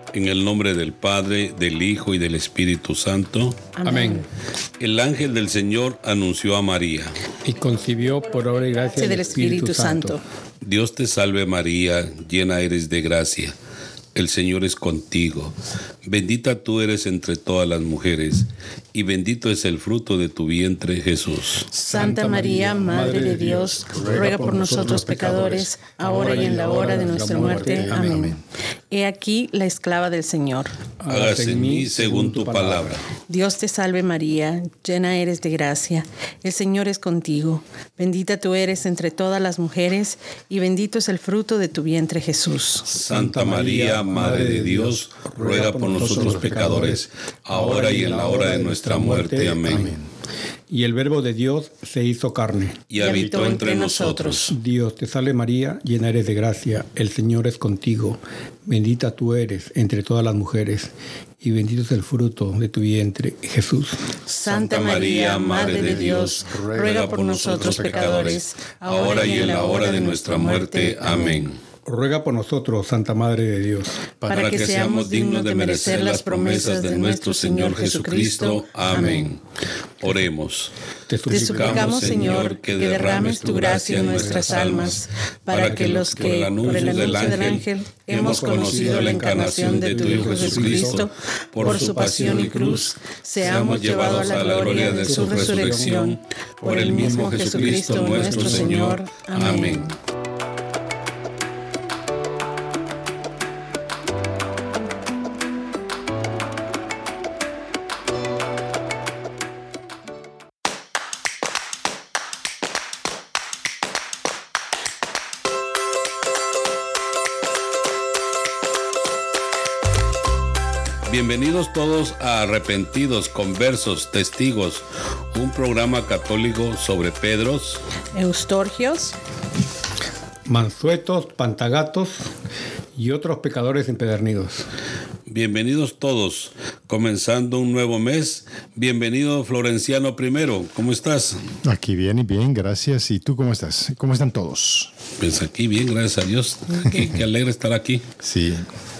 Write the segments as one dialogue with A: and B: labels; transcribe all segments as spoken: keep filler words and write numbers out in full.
A: En el nombre del Padre, del Hijo y del Espíritu Santo.
B: Amén.
A: El ángel del Señor anunció a María.
B: Y concibió por obra y gracia
C: del Espíritu, Espíritu Santo. Santo.
A: Dios te salve María, llena eres de gracia. El Señor es contigo. Bendita tú eres entre todas las mujeres, y bendito es el fruto de tu vientre, Jesús.
C: Santa María, Madre de Dios, ruega por nosotros pecadores, ahora y en la hora de nuestra muerte. Amén. He aquí la esclava del Señor.
A: Hágase en mí según tu palabra.
C: Dios te salve María, llena eres de gracia. El Señor es contigo. Bendita tú eres entre todas las mujeres, y bendito es el fruto de tu vientre, Jesús.
A: Santa María, Madre de Dios, ruega por nosotros pecadores, ahora y en la hora de nuestra muerte. Amén.
B: Y el Verbo de Dios se hizo carne
A: y habitó entre nosotros.
B: Dios te salve María, llena eres de gracia, el Señor es contigo. Bendita tú eres entre todas las mujeres, y bendito es el fruto de tu vientre, Jesús.
C: Santa María, Madre de Dios, ruega por nosotros pecadores, ahora y en la hora de nuestra muerte. Amén.
B: Ruega por nosotros, Santa Madre de Dios,
A: para, para que, que seamos dignos de merecer las promesas de nuestro Señor Jesucristo. Amén. Oremos.
C: Te suplicamos, Señor, que derrames tu gracia en nuestras almas, para que los que, por el anuncio del ángel, hemos conocido la encarnación de tu Hijo Jesucristo, por su pasión y cruz, seamos llevados a la gloria de su resurrección, por el mismo Jesucristo nuestro Señor. Amén.
A: Bienvenidos todos a Arrepentidos, Conversos, Testigos, un programa católico sobre Pedros,
C: Eustorgios,
B: Mansuetos, Pantagatos y otros pecadores empedernidos.
A: Bienvenidos todos, comenzando un nuevo mes. Bienvenido Florenciano primero, ¿cómo estás?
D: Aquí bien y bien, gracias. ¿Y tú cómo estás? ¿Cómo están todos?
A: Pues aquí bien, gracias a Dios. Qué, qué alegre estar aquí.
D: Sí.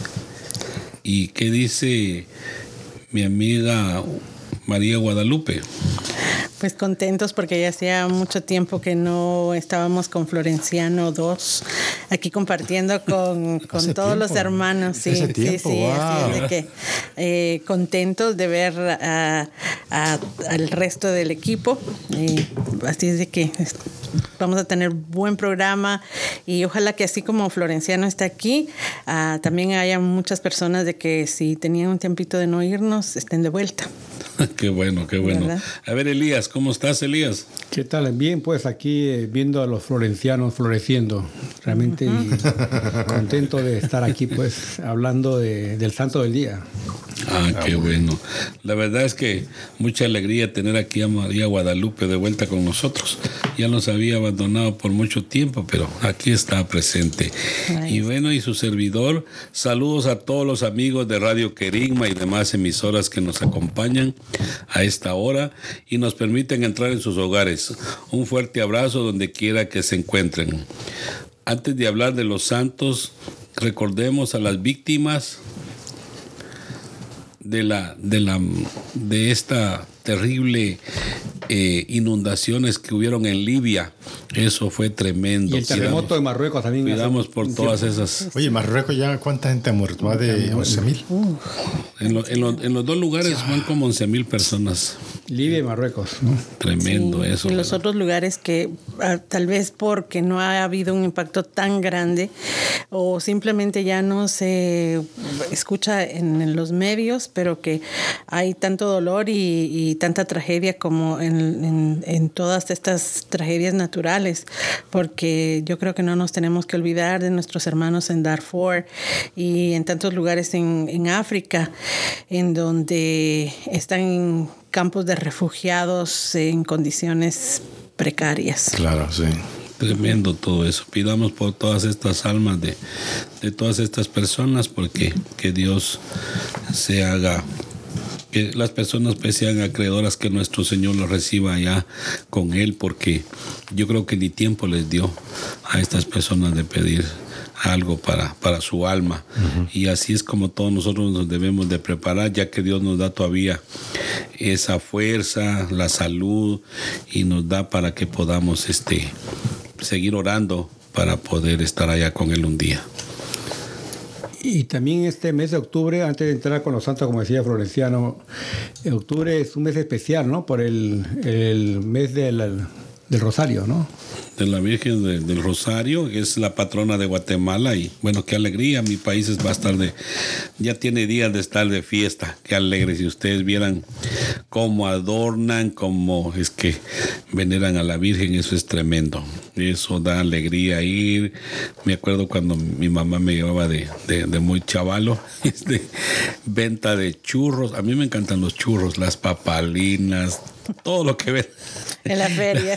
A: ¿Y qué dice mi amiga María Guadalupe?
C: Pues contentos porque ya hacía mucho tiempo que no estábamos con Florenciano dos, aquí compartiendo con, con todos tiempo. los hermanos. Sí,
D: Hace
C: sí,
D: tiempo,
C: sí,
D: wow.
C: así es de que eh, contentos de ver a, a, al resto del equipo. Eh, así es de que vamos a tener buen programa y ojalá que así como Florenciano está aquí, uh, también haya muchas personas de que si tenían un tiempito de no irnos, estén de vuelta.
A: Qué bueno, qué bueno. ¿Verdad? A ver, Elías, ¿cómo estás, Elías?
B: ¿Qué tal? Bien, pues aquí eh, viendo a los florencianos floreciendo. Realmente uh-huh. contento de estar aquí, pues, hablando de, del santo del día.
A: Ah, qué bueno. La verdad es que mucha alegría tener aquí a María Guadalupe de vuelta con nosotros. Ya nos había abandonado por mucho tiempo, pero aquí está presente. Ay. Y bueno, y su servidor, saludos a todos los amigos de Radio Querigma y demás emisoras que nos acompañan a esta hora y nos permiten entrar en sus hogares. Un fuerte abrazo donde quiera que se encuentren. Antes de hablar de los santos, recordemos a las víctimas de la de la de esta terrible eh, inundaciones que hubieron en Libia. Eso fue tremendo.
B: Y el terremoto de Marruecos también.
A: Cuidamos por todas esas.
D: Oye, Marruecos ya cuánta gente ha muerto, más de once mil.
C: Uh.
A: En, lo, en, lo, en los dos lugares van como once mil personas.
B: Libia y Marruecos, ¿no?
A: Tremendo
C: sí,
A: eso.
C: Y los otros lugares que uh, tal vez porque no ha habido un impacto tan grande o simplemente ya no se escucha en, en los medios, pero que hay tanto dolor y, y tanta tragedia como en, en, en todas estas tragedias naturales, porque yo creo que no nos tenemos que olvidar de nuestros hermanos en Darfur y en tantos lugares en, en África, en donde están en campos de refugiados en condiciones precarias.
D: Claro, sí.
A: Tremendo todo eso. Pidamos por todas estas almas de, de todas estas personas, porque que Dios se haga que las personas pues sean acreedoras, que nuestro Señor los reciba allá con Él, porque yo creo que ni tiempo les dio a estas personas de pedir algo para, para su alma. Uh-huh. Y así es como todos nosotros nos debemos de preparar, ya que Dios nos da todavía esa fuerza, la salud, y nos da para que podamos este, seguir orando para poder estar allá con Él un día.
B: Y también este mes de octubre, antes de entrar con los santos, como decía Florenciano, octubre es un mes especial, ¿no? Por el, el mes del, del Rosario, ¿no?
A: De la Virgen de, del Rosario, que es la patrona de Guatemala, y bueno, qué alegría, mi país es, va a estar de, ya tiene días de estar de fiesta, qué alegre, si ustedes vieran cómo adornan, cómo es que veneran a la Virgen, eso es tremendo, eso da alegría ir. Me acuerdo cuando mi mamá me llevaba de, de, de muy chavalo, este, venta de churros, a mí me encantan los churros, las papalinas, todo lo que ven
C: en la feria.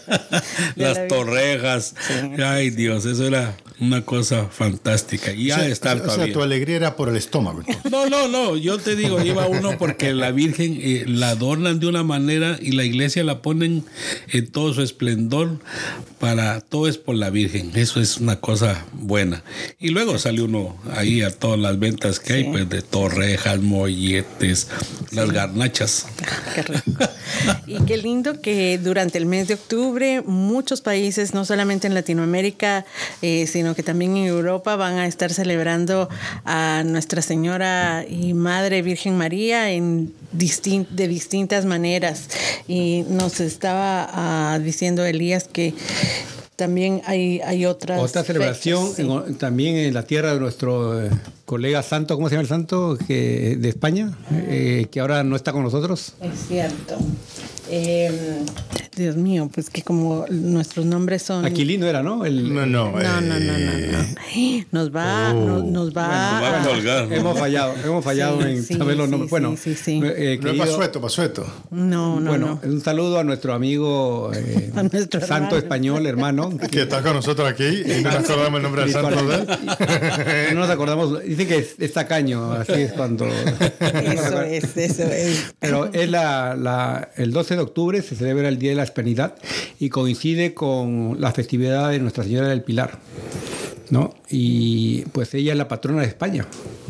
A: Las la torrejas. Sí. Ay, Dios, eso era una cosa fantástica. Y ya o sea, está
D: o sea, tu alegría era por el estómago. Entonces.
A: No, no, no. Yo te digo, iba uno porque la Virgen eh, la adornan de una manera y la iglesia la ponen en todo su esplendor. Para todo es por la Virgen. Eso es una cosa buena. Y luego sale uno ahí a todas las ventas que hay, sí. Pues de torrejas, molletes, sí. Las garnachas.
C: Qué rico. Y qué lindo que durante el mes de octubre muchos países, no solamente en Latinoamérica, eh, sino que también en Europa, van a estar celebrando a Nuestra Señora y Madre Virgen María en distin- de distintas maneras. Y nos estaba uh, diciendo Elías que también hay, hay otras
B: otra celebración fechas, sí. También en la tierra de nuestro eh, colega santo, ¿cómo se llama el santo? Que, de España, eh, que ahora no está con nosotros.
C: Es cierto. Eh, Dios mío, pues que como nuestros nombres son...
B: Aquilino era, ¿no? El...
D: No, no,
C: no, no, no, no, no. Nos va, oh. nos, nos va...
A: Bueno, a colgar, ¿no?
B: Hemos fallado, hemos fallado sí, en
C: sí,
B: saber los
C: sí,
B: nombres. Bueno,
C: sí, sí, sí.
D: Eh, no querido... es Pasueto, Pasueto.
C: No, no,
B: bueno,
C: no.
B: Un saludo a nuestro amigo eh, a nuestro santo hermano. Español, hermano.
D: Que está con nosotros aquí y no nos acordamos el nombre del santo de él.
B: No nos acordamos, dice que es, es tacaño, así es cuando...
C: Eso es, eso es.
B: Pero es la, la, el doce de octubre se celebra el Día de la Hispanidad y coincide con la festividad de Nuestra Señora del Pilar, ¿no? Y pues ella es la patrona de España.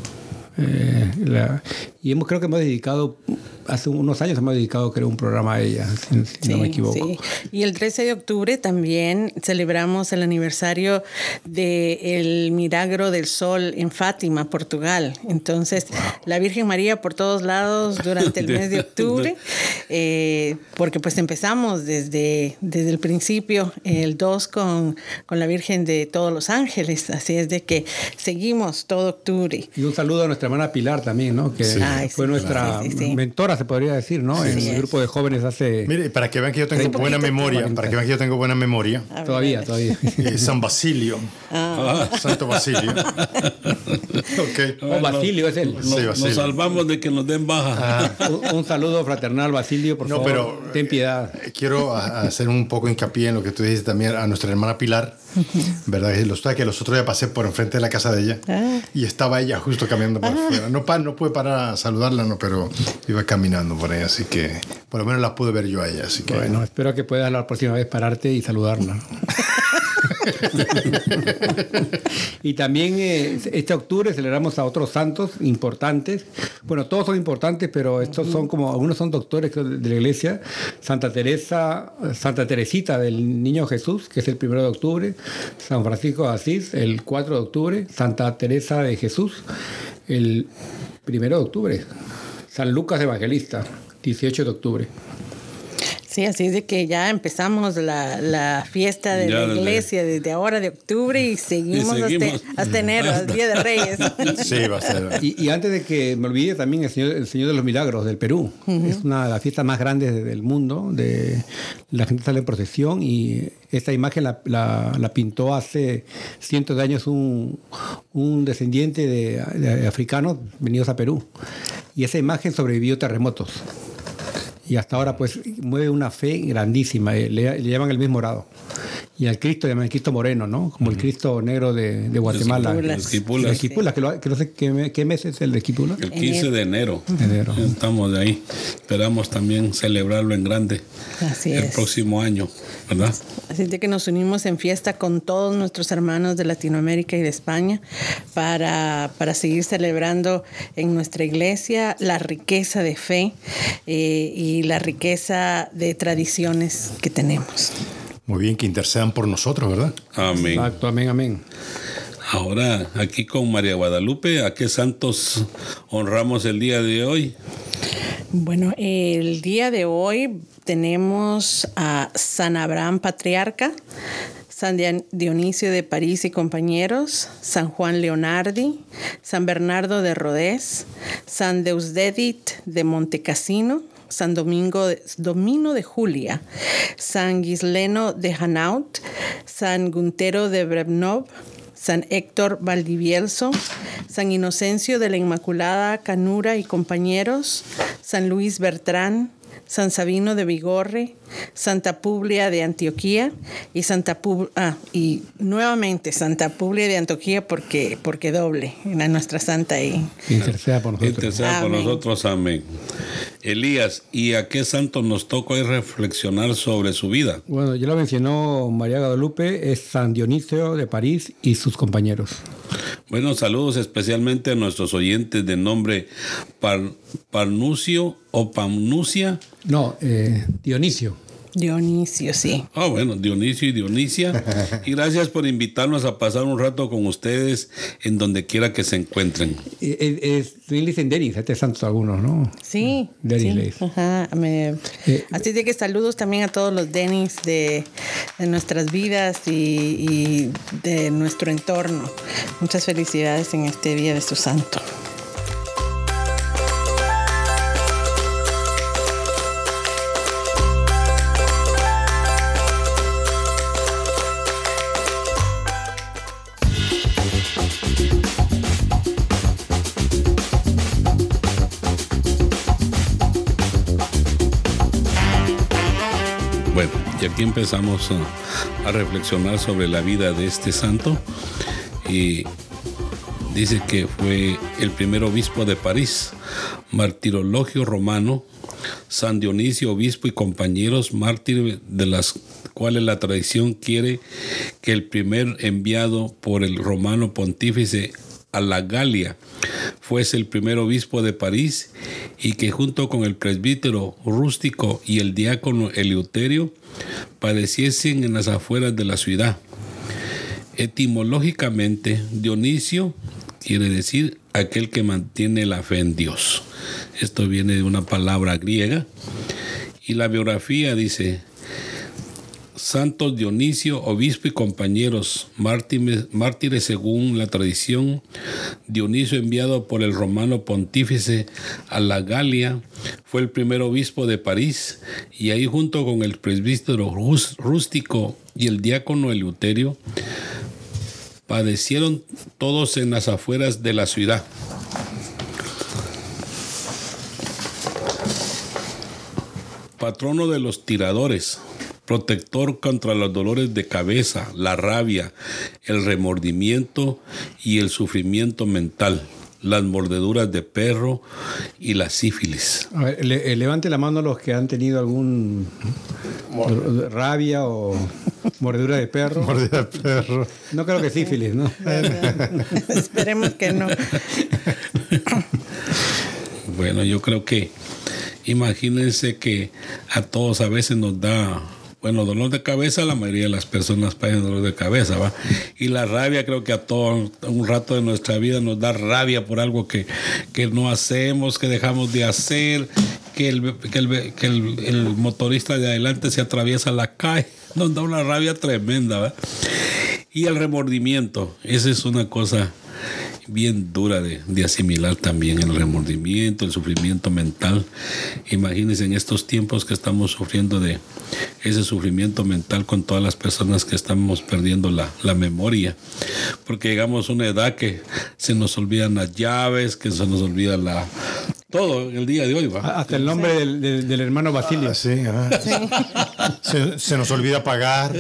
B: Eh, la, y hemos, creo que hemos dedicado, hace unos años hemos dedicado creo un programa a ella, si, si sí, no me equivoco. Sí.
C: Y el trece de octubre también celebramos el aniversario del milagro del sol en Fátima, Portugal. Entonces, wow. La Virgen María por todos lados durante el mes de octubre, eh, porque pues empezamos desde, desde el principio, el dos con, con la Virgen de todos los ángeles, así es de que seguimos todo octubre.
B: Y un saludo a nuestra hermana Pilar también, ¿no? Que sí. Ay, fue sí, nuestra sí, sí, sí. mentora, se podría decir, ¿no? Sí, en el grupo de jóvenes hace...
D: Mire, para que vean que yo tengo buena memoria, cuarenta. Para que vean que yo tengo buena memoria.
B: Ver, todavía, todavía.
D: Eh, San Basilio.
C: Ah.
D: Santo Basilio.
B: Okay. Oh, Basilio es él.
A: Nos, sí, Basilio. Nos salvamos de que nos den baja.
B: Ah. un, un saludo fraternal, Basilio, por
D: no,
B: favor.
D: Pero,
B: ten piedad.
D: Eh, quiero hacer un poco hincapié en lo que tú dices también a nuestra hermana Pilar, ¿verdad? Los, que los otros días pasé por enfrente de la casa de ella ah. y estaba ella justo caminando por ah. afuera. No, pa, no pude parar a saludarla, no, pero iba caminando por ahí, así que por lo menos la pude ver yo a ella. Así que...
B: Bueno, espero que puedas la próxima vez pararte y saludarla. Y también eh, este octubre celebramos a otros santos importantes. Bueno, todos son importantes, pero estos son como, algunos son doctores de la iglesia. Santa Teresa, Santa Teresita del Niño Jesús, que es el primero de octubre. San Francisco de Asís, el cuatro de octubre. Santa Teresa de Jesús, el primero de octubre. San Lucas Evangelista, dieciocho de octubre.
C: Sí, así es de que ya empezamos la, la fiesta de ya, la iglesia desde, desde ahora de octubre y seguimos, y seguimos. Hasta, hasta enero, el Día de Reyes.
D: Sí, va a ser.
B: Y, y antes de que me olvide, también el Señor, el Señor de los Milagros del Perú. Uh-huh. Es una de las fiestas más grandes del mundo. De, la gente sale en procesión y esta imagen la, la, la pintó hace cientos de años un, un descendiente de, de africanos venidos a Perú. Y esa imagen sobrevivió terremotos. Y hasta ahora pues mueve una fe grandísima, le, le llaman el mes morado. y al Cristo, llaman el Cristo moreno, ¿no? Como uh-huh. el Cristo negro de, de Guatemala.
A: Los Esquipulas.
B: Los Esquipulas, que, lo, que no sé qué, qué mes es el de Esquipula.
A: El quince de enero.
B: enero.
A: Estamos de ahí. Esperamos también celebrarlo en grande.
C: Así
A: el
C: es.
A: próximo año, ¿verdad?
C: Así de que nos unimos en fiesta con todos nuestros hermanos de Latinoamérica y de España para, para seguir celebrando en nuestra iglesia la riqueza de fe eh, y la riqueza de tradiciones que tenemos.
D: Muy bien, que intercedan por nosotros, ¿verdad?
A: Amén.
B: Exacto, amén, amén.
A: Ahora, aquí con María Guadalupe, ¿a qué santos honramos el día de hoy?
C: Bueno, el día de hoy tenemos a San Abraham Patriarca, San Dionisio de París y compañeros, San Juan Leonardi, San Bernardo de Rodés, San Deusdedit de Montecassino, San Domingo de, Domino de Julia, San Gisleno de Hanaut, San Guntero de Brevnov, San Héctor Valdivielso, San Inocencio de la Inmaculada Canura y compañeros, San Luis Bertrán, San Sabino de Vigorre, Santa Publia de Antioquía y Santa Pub- ah, y nuevamente Santa Publia de Antioquía porque, porque doble, era nuestra santa ahí.
B: Interceda por nosotros.
A: Interceda por nosotros, amén. Elías, ¿y a qué santo nos toca hoy reflexionar sobre su vida?
B: Bueno, ya lo mencionó María Guadalupe, es San Dionisio de París y sus compañeros.
A: Bueno, saludos especialmente a nuestros oyentes de nombre Par, Parnucio o Pamnucia.
B: No, eh, Dionisio.
C: Dionisio, sí.
A: Ah, bueno, Dionisio y Dionisia. Y gracias por invitarnos a pasar un rato con ustedes en donde quiera que se encuentren.
B: Es, es, le dicen Denis, este santos algunos, ¿no?
C: Sí.
B: Denis
C: sí.
B: le dicen.
C: Ajá. Me,
B: eh,
C: así de que saludos también a todos los Denis de, de nuestras vidas y, y de nuestro entorno. Muchas felicidades en este día de su santo.
A: Bueno, y aquí empezamos a, a reflexionar sobre la vida de este santo. Y dice que fue el primer obispo de París, martirologio romano, San Dionisio, obispo y compañeros, mártir de las cuales la tradición quiere que el primer enviado por el romano pontífice a la Galia fuese el primer obispo de París, y que junto con el presbítero Rústico y el diácono Eleuterio padeciesen en las afueras de la ciudad. Etimológicamente, Dionisio quiere decir aquel que mantiene la fe en Dios. Esto viene de una palabra griega, y la biografía dice: Santos Dionisio, obispo y compañeros, mártires, mártires según la tradición. Dionisio, enviado por el romano pontífice a la Galia, fue el primer obispo de París, y ahí junto con el presbítero Rústico y el diácono Eleuterio padecieron todos en las afueras de la ciudad. Patrono de los tiradores, protector contra los dolores de cabeza, la rabia, el remordimiento y el sufrimiento mental, las mordeduras de perro y la sífilis.
B: A ver, le, levante la mano los que han tenido algún Morde. rabia o mordedura de perro.
D: Mordedura de perro.
B: No creo que sífilis, ¿no?
C: Esperemos que no.
A: Bueno, yo creo que imagínense que a todos a veces nos da, bueno, dolor de cabeza. La mayoría de las personas padecen dolor de cabeza, ¿va? Y la rabia, creo que a todos un rato de nuestra vida nos da rabia por algo que, que no hacemos, que dejamos de hacer, que, el, que, el, que el, el motorista de adelante se atraviesa la calle. Nos da una rabia tremenda, ¿va? Y el remordimiento, esa es una cosa bien dura de, de asimilar también, el remordimiento, el sufrimiento mental. Imagínense en estos tiempos que estamos sufriendo de ese sufrimiento mental con todas las personas que estamos perdiendo la, la memoria, porque llegamos a una edad que se nos olvidan las llaves, que se nos olvida la, todo el día de hoy, ¿va?
B: Hasta el nombre sí. del, del, del hermano Basilio.
D: Ah, sí, ah. sí. Se, se nos olvida pagar.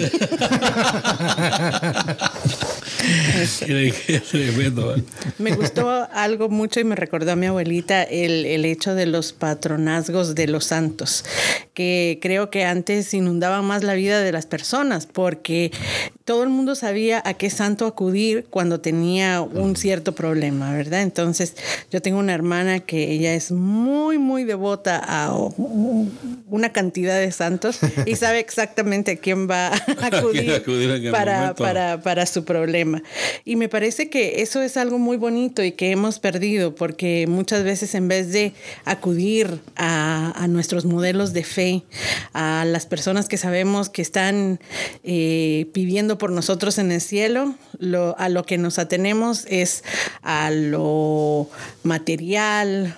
C: Me gustó algo mucho y me recordó a mi abuelita el, el hecho de los patronazgos de los santos, que creo que antes inundaban más la vida de las personas porque todo el mundo sabía a qué santo acudir cuando tenía un cierto problema, ¿verdad? Entonces yo tengo una hermana que ella es muy, muy devota a una cantidad de santos y sabe exactamente a quién va a acudir, acudir para, para, para su problema. Y me parece que eso es algo muy bonito y que hemos perdido porque muchas veces en vez de acudir a, a nuestros modelos de fe, a las personas que sabemos que están eh, pidiendo por nosotros en el cielo, lo, a lo que nos atenemos es a lo material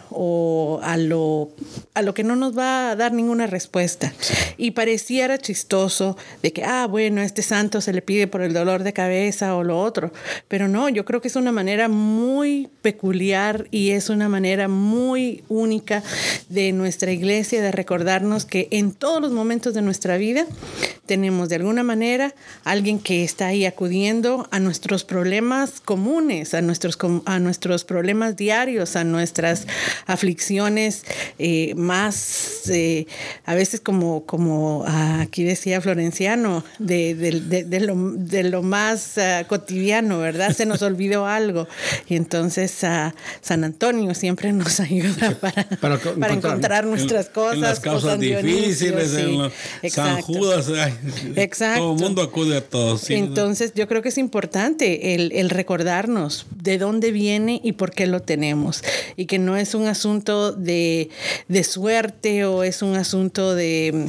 C: o a lo, a lo que no nos va a dar ninguna respuesta. Y pareciera chistoso de que, ah, bueno, a este santo se le pide por el dolor de cabeza o lo otro. Pero no, yo creo que es una manera muy peculiar y es una manera muy única de nuestra iglesia de recordarnos que en todos los momentos de nuestra vida tenemos de alguna manera alguien que está ahí acudiendo a nuestros problemas comunes, a nuestros, a nuestros problemas diarios, a nuestras aflicciones eh, más, eh, a veces como, como aquí decía Florenciano, de, de, de, de, lo, de lo más uh, cotidiano, ¿verdad? Se nos olvidó algo. Y entonces uh, San Antonio siempre nos ayuda para, para, para encontrar nuestras en, cosas.
A: En las causas difíciles, sí. en lo, San Judas, ay,
C: Exacto.
A: todo el mundo acude a todos. Sí.
C: Entonces yo creo que es importante el, el recordarnos de dónde viene y por qué lo tenemos. Y que no es un asunto de, de suerte o es un asunto de,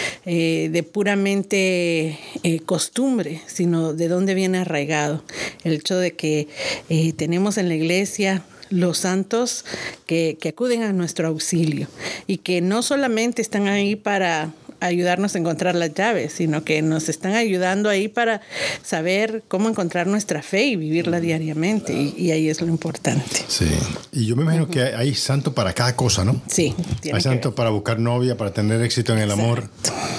C: eh, de puramente eh, costumbre, sino de dónde viene arraigado. El hecho de que eh, tenemos en la iglesia los santos que, que acuden a nuestro auxilio y que no solamente están ahí para ayudarnos a encontrar las llaves, sino que nos están ayudando ahí para saber cómo encontrar nuestra fe y vivirla diariamente, y, y ahí es lo importante.
D: Sí, y yo me imagino uh-huh. que hay santo para cada cosa, ¿no?
C: Sí.
D: Hay santo para buscar novia, para tener éxito en el Exacto. amor.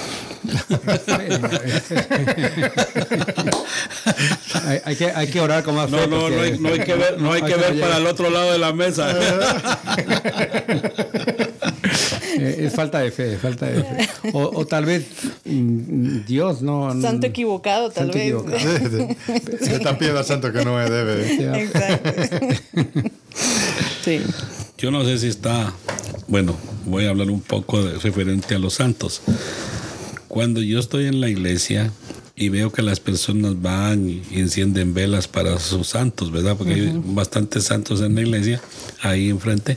B: hay, hay, que, hay que orar con más fe.
A: No, no, no hay, no hay que ver, no hay que ver para el otro lado de la mesa.
B: Es falta de fe, falta de fe. O, o tal vez Dios no...
C: Santo equivocado, tal
B: santo
C: vez.
D: Equivocado. Se está pidiendo al santo que no me debe.
C: Exacto. Sí.
A: Yo no sé si está... Bueno, voy a hablar un poco de, referente a los santos. Cuando yo estoy en la iglesia y veo que las personas van y encienden velas para sus santos, ¿verdad? Porque uh-huh. hay bastantes santos en la iglesia, ahí enfrente.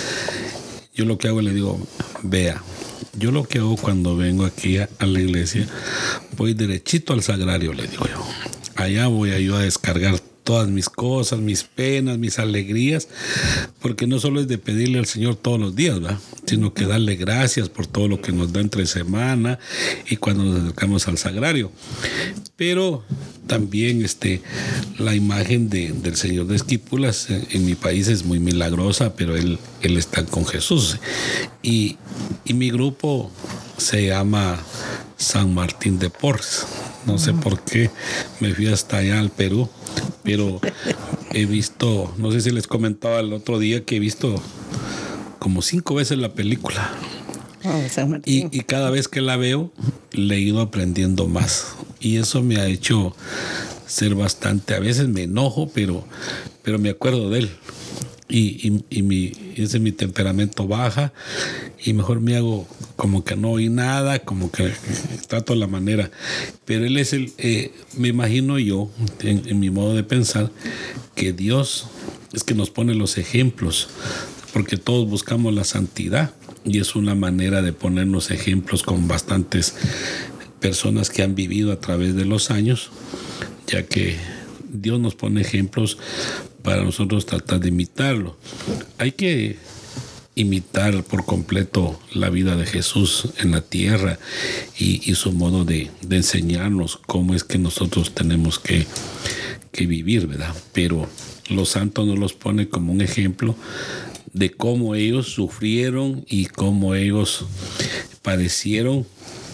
A: Yo lo que hago, le digo, vea, yo lo que hago cuando vengo aquí a, a la iglesia, voy derechito al sagrario, le digo yo. Allá voy yo a descargar todas mis cosas, mis penas, mis alegrías, porque no solo es de pedirle al Señor todos los días, ¿verdad? Sino que darle gracias por todo lo que nos da entre semana y cuando nos acercamos al sagrario. Pero también este, la imagen de, del Señor de Esquipulas en, en mi país es muy milagrosa, pero él, él está con Jesús. Y, y mi grupo se llama San Martín de Porres. No sé por qué me fui hasta allá al Perú, pero he visto, no sé si les comentaba el otro día que he visto como cinco veces la película.
C: Oh, San Martín.
A: Y, y cada vez que la veo, le he ido aprendiendo más. Y eso me ha hecho ser bastante, a veces me enojo, pero, pero me acuerdo de él. Y, y, y mi, ese mi temperamento baja y mejor me hago como que no oí nada, como que trato la manera. Pero él es el, eh, me imagino yo, en, en mi modo de pensar, que Dios es que nos pone los ejemplos, porque todos buscamos la santidad y es una manera de ponernos ejemplos con bastantes personas que han vivido a través de los años, ya que Dios nos pone ejemplos para nosotros tratar de imitarlo. Hay que imitar por completo la vida de Jesús en la tierra y, y su modo de, de enseñarnos cómo es que nosotros tenemos que, que vivir, ¿verdad? Pero los santos nos los pone como un ejemplo de cómo ellos sufrieron y cómo ellos padecieron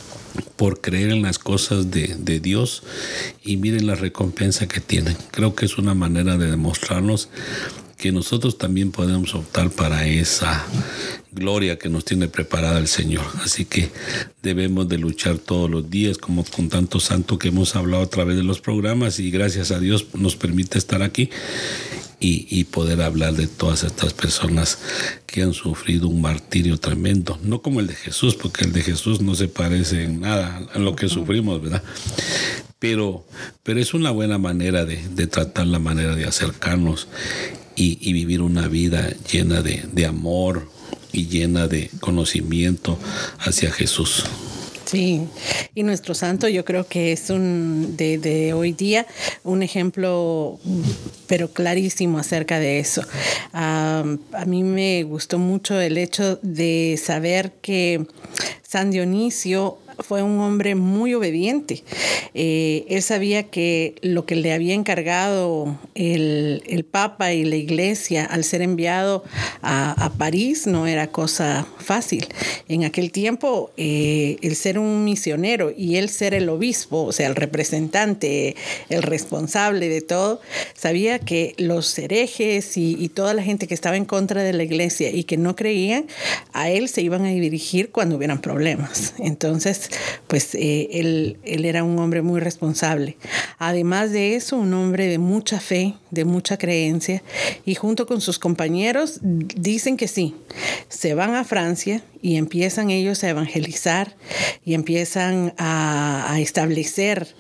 A: por creer en las cosas de, de Dios, y miren la recompensa que tienen. Creo que es una manera de demostrarnos que nosotros también podemos optar para esa gloria que nos tiene preparada el Señor. Así que debemos de luchar todos los días, como con tanto santo que hemos hablado a través de los programas, y gracias a Dios nos permite estar aquí y, y poder hablar de todas estas personas que han sufrido un martirio tremendo. No como el de Jesús, porque el de Jesús no se parece en nada a lo que sufrimos, ¿verdad? Pero, pero es una buena manera de, de tratar la manera de acercarnos y, y vivir una vida llena de, de amor y llena de conocimiento hacia Jesús.
C: Sí, y nuestro santo yo creo que es un de, de hoy día un ejemplo, pero clarísimo acerca de eso. Uh, a mí me gustó mucho el hecho de saber que San Dionisio fue un hombre muy obediente. Eh, él sabía que lo que le había encargado el, el Papa y la Iglesia al ser enviado a, a París no era cosa fácil. En aquel tiempo, eh, el ser un misionero y él ser el obispo, o sea, el representante, el responsable de todo, sabía que los herejes y, y toda la gente que estaba en contra de la Iglesia y que no creían, a él se iban a dirigir cuando hubieran problemas. Entonces, pues eh, él, él era un hombre muy responsable. Además de eso, un hombre de mucha fe, de mucha creencia, y junto con sus compañeros dicen que sí, se van a Francia y empiezan ellos a evangelizar y empiezan a, a establecer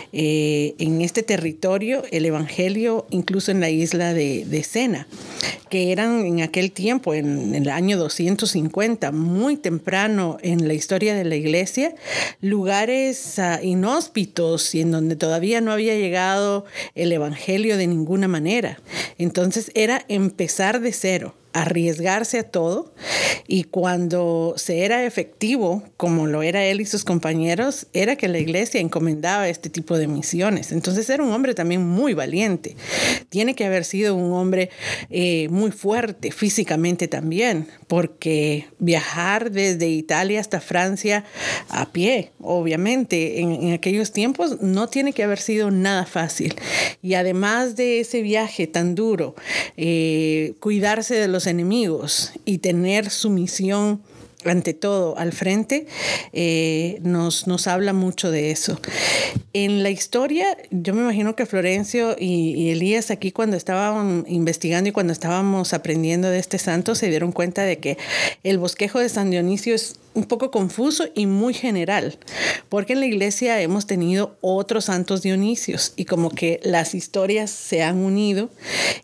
C: eh, en este territorio el evangelio, incluso en la isla de, de Sena, que eran en aquel tiempo, en, en el año doscientos cincuenta, muy temprano en la historia de la Iglesia, lugares uh, inhóspitos y en donde todavía no había llegado el evangelio de ninguna manera. Entonces era empezar de cero, arriesgarse a todo, y cuando se era efectivo, como lo era él y sus compañeros, era que la Iglesia encomendaba este tipo de misiones. Entonces era un hombre también muy valiente. Tiene que haber sido un hombre eh, muy fuerte físicamente también, porque viajar desde Italia hasta Francia a pie, obviamente, en, en aquellos tiempos no tiene que haber sido nada fácil. Y además de ese viaje tan duro, eh, cuidarse de los enemigos y tener su misión ante todo al frente, eh, nos, nos habla mucho de eso. En la historia, yo me imagino que Florencio y, y Elías aquí, cuando estaban investigando y cuando estábamos aprendiendo de este santo, se dieron cuenta de que el bosquejo de San Dionisio es un poco confuso y muy general, porque en la Iglesia hemos tenido otros santos Dionisios y como que las historias se han unido,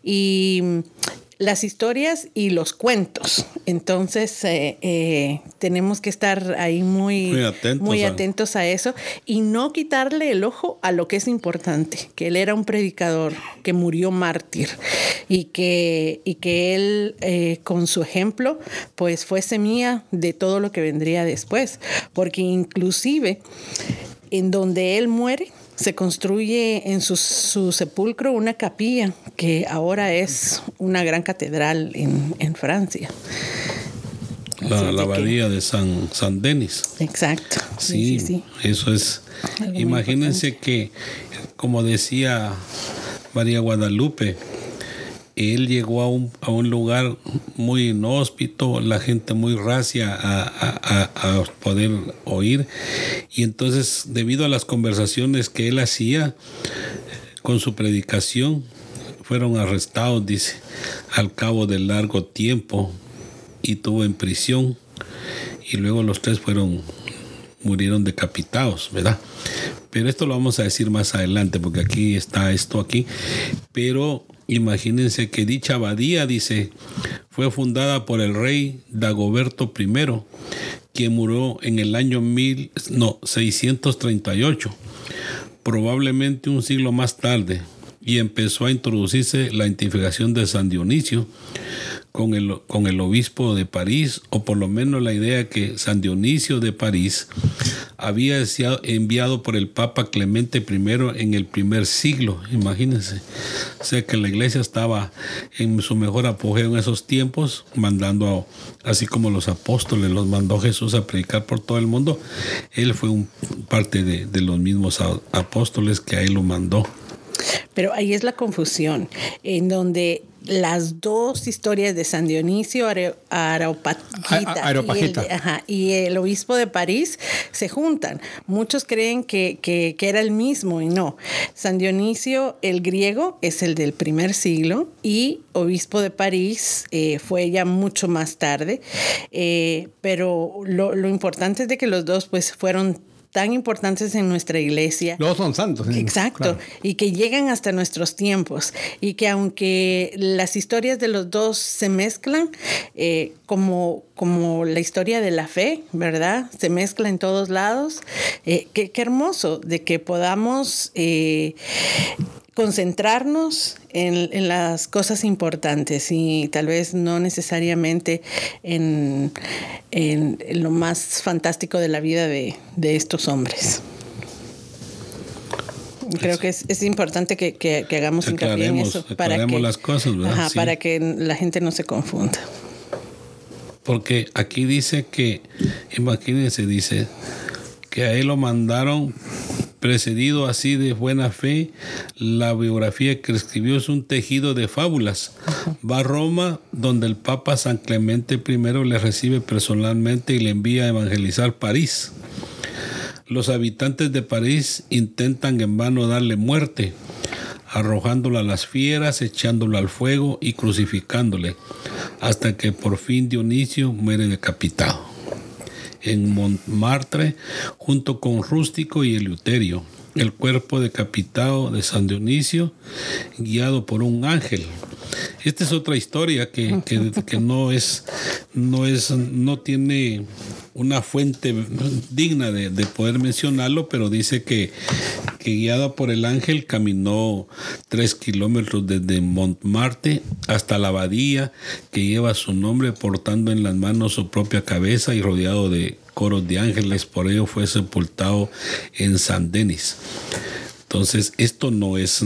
C: y las historias y los cuentos. Entonces, eh, eh, tenemos que estar ahí muy, muy, atentos, muy atentos a eso y no quitarle el ojo a lo que es importante, que él era un predicador, que murió mártir y que, y que él, eh, con su ejemplo, pues fue semilla de todo lo que vendría después. Porque inclusive, en donde él muere, se construye en su, su sepulcro una capilla que ahora es una gran catedral en, en Francia.
A: La, la abadía de San, San Denis.
C: Exacto.
A: Sí, sí, sí, sí. Eso es. Algo imagínense que, como decía María Guadalupe, él llegó a un, a un lugar muy inhóspito, la gente muy racia a, a, a, a poder oír. Y entonces, debido a las conversaciones que él hacía con su predicación, fueron arrestados, dice, al cabo del largo tiempo, y estuvo en prisión. Y luego los tres fueron, murieron decapitados, ¿verdad? Pero esto lo vamos a decir más adelante, porque aquí está esto aquí. Pero imagínense que dicha abadía, dice, fue fundada por el rey Dagoberto primero, quien murió en el año mil, no, seiscientos treinta y ocho, probablemente un siglo más tarde, y empezó a introducirse la identificación de San Dionisio con el, con el obispo de París, o por lo menos la idea que San Dionisio de París había enviado por el Papa Clemente primero en el primer siglo, imagínense. O sea que la iglesia estaba en su mejor apogeo en esos tiempos, mandando, a, así como los apóstoles los mandó Jesús a predicar por todo el mundo, él fue un, parte de, de los mismos apóstoles que a él lo mandó.
C: Pero ahí es la confusión, en donde las dos historias de San Dionisio Areopagita,
B: Areopagita.
C: Y, el, ajá, y el obispo de París se juntan. Muchos creen que, que, que era el mismo y no. San Dionisio, el griego, es el del primer siglo y obispo de París eh, fue ya mucho más tarde. Eh, pero lo, lo importante es de que los dos pues fueron tan importantes en nuestra iglesia.
B: Los son santos. ¿Sí?
C: Exacto. Claro. Y que llegan hasta nuestros tiempos. Y que aunque las historias de los dos se mezclan, eh, como, como la historia de la fe, ¿verdad? Se mezcla en todos lados. Eh, qué, qué hermoso de que podamos eh, concentrarnos en, en las cosas importantes y tal vez no necesariamente en, en, en lo más fantástico de la vida de, de estos hombres. Creo que es, es importante que, que, que hagamos hincapié en eso para que,
A: las cosas, ¿verdad?
C: Ajá,
A: sí.
C: para que la gente no se confunda.
A: Porque aquí dice que, imagínense, dice que a él lo mandaron precedido así de buena fe. La biografía que escribió es un tejido de fábulas. Va a Roma, donde el Papa San Clemente primero le recibe personalmente y le envía a evangelizar París. Los habitantes de París intentan en vano darle muerte, arrojándolo a las fieras, echándolo al fuego y crucificándole, hasta que por fin Dionisio muere decapitado en Montmartre, junto con Rústico y Eleuterio. El cuerpo decapitado de San Dionisio, guiado por un ángel. Esta es otra historia que, que, que no es, no es, no tiene una fuente digna de, de poder mencionarlo, pero dice que, que guiado por el ángel caminó tres kilómetros desde Montmartre hasta la abadía que lleva su nombre, portando en las manos su propia cabeza y rodeado de coros de ángeles. Por ello fue sepultado en Saint-Denis. Entonces, esto no es...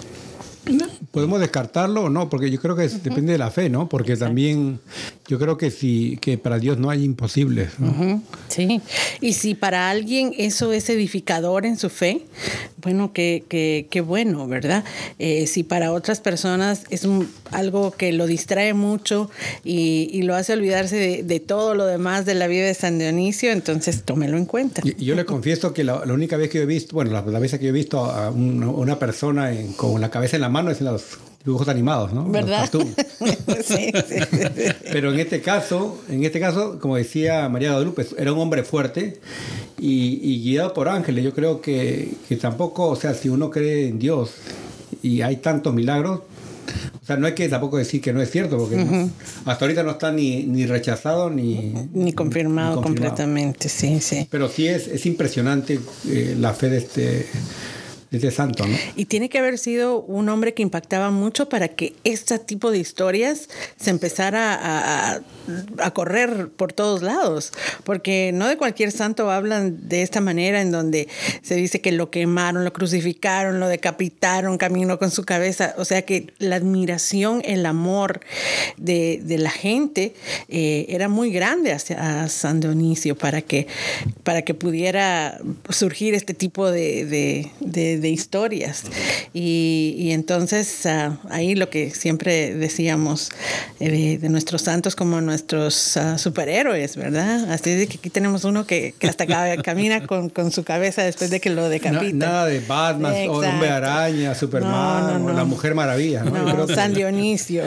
B: ¿Podemos descartarlo o no? Porque yo creo que es, depende de la fe, ¿no? Porque también yo creo que sí, que para Dios no hay imposibles, ¿no?
C: Uh-huh. Sí. Y si para alguien eso es edificador en su fe, bueno, qué que, que bueno, ¿verdad? Eh, si para otras personas es un, algo que lo distrae mucho y, y lo hace olvidarse de, de todo lo demás de la vida de San Dionisio, entonces tómelo en cuenta.
B: Y, yo le confieso que la, la única vez que yo he visto, bueno, la, la vez que yo he visto a un, una persona en, con la cabeza en la mano es en los dibujos animados, ¿no?
C: ¿Verdad?
B: Los
C: sí, sí, sí.
B: Pero en este caso, en este caso, como decía María Guadalupe, era un hombre fuerte y, y guiado por ángeles. Yo creo que, que tampoco, o sea, si uno cree en Dios y hay tantos milagros, o sea, no hay que tampoco decir que no es cierto, porque uh-huh. no, hasta ahorita no está ni, ni rechazado ni,
C: ni, confirmado, ni confirmado completamente, sí, sí.
B: Pero sí es, es impresionante eh, la fe de este... Este santo, ¿no?
C: Y tiene que haber sido un hombre que impactaba mucho para que este tipo de historias se empezara a, a, a correr por todos lados, porque no de cualquier santo hablan de esta manera, en donde se dice que lo quemaron, lo crucificaron, lo decapitaron, caminó con su cabeza. O sea que la admiración, el amor de, de la gente eh, era muy grande hacia a San Dionisio para que, para que pudiera surgir este tipo de, de, de de historias y, y entonces uh, ahí lo que siempre decíamos eh, de, de nuestros santos como nuestros uh, superhéroes, ¿verdad? Así de que aquí tenemos uno que, que hasta camina con, con su cabeza después de que lo decapitan.
B: No, nada de Batman, o Hombre Araña, Superman, no, no, no. o la Mujer Maravilla, ¿no?
C: No, que... San Dionisio.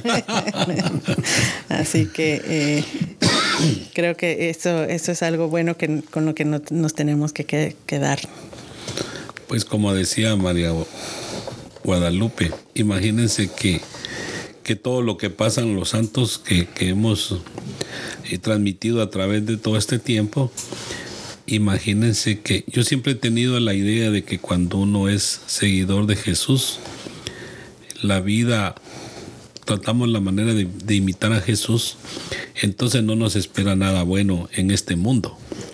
C: Así que eh, creo que eso, eso es algo bueno que, con lo que no, nos tenemos que, que quedar.
A: Pues como decía María Guadalupe, imagínense que, que todo lo que pasan los santos que, que hemos eh, transmitido a través de todo este tiempo, imagínense que yo siempre he tenido la idea de que cuando uno es seguidor de Jesús, la vida, tratamos la manera de, de imitar a Jesús, entonces no nos espera nada bueno en este mundo,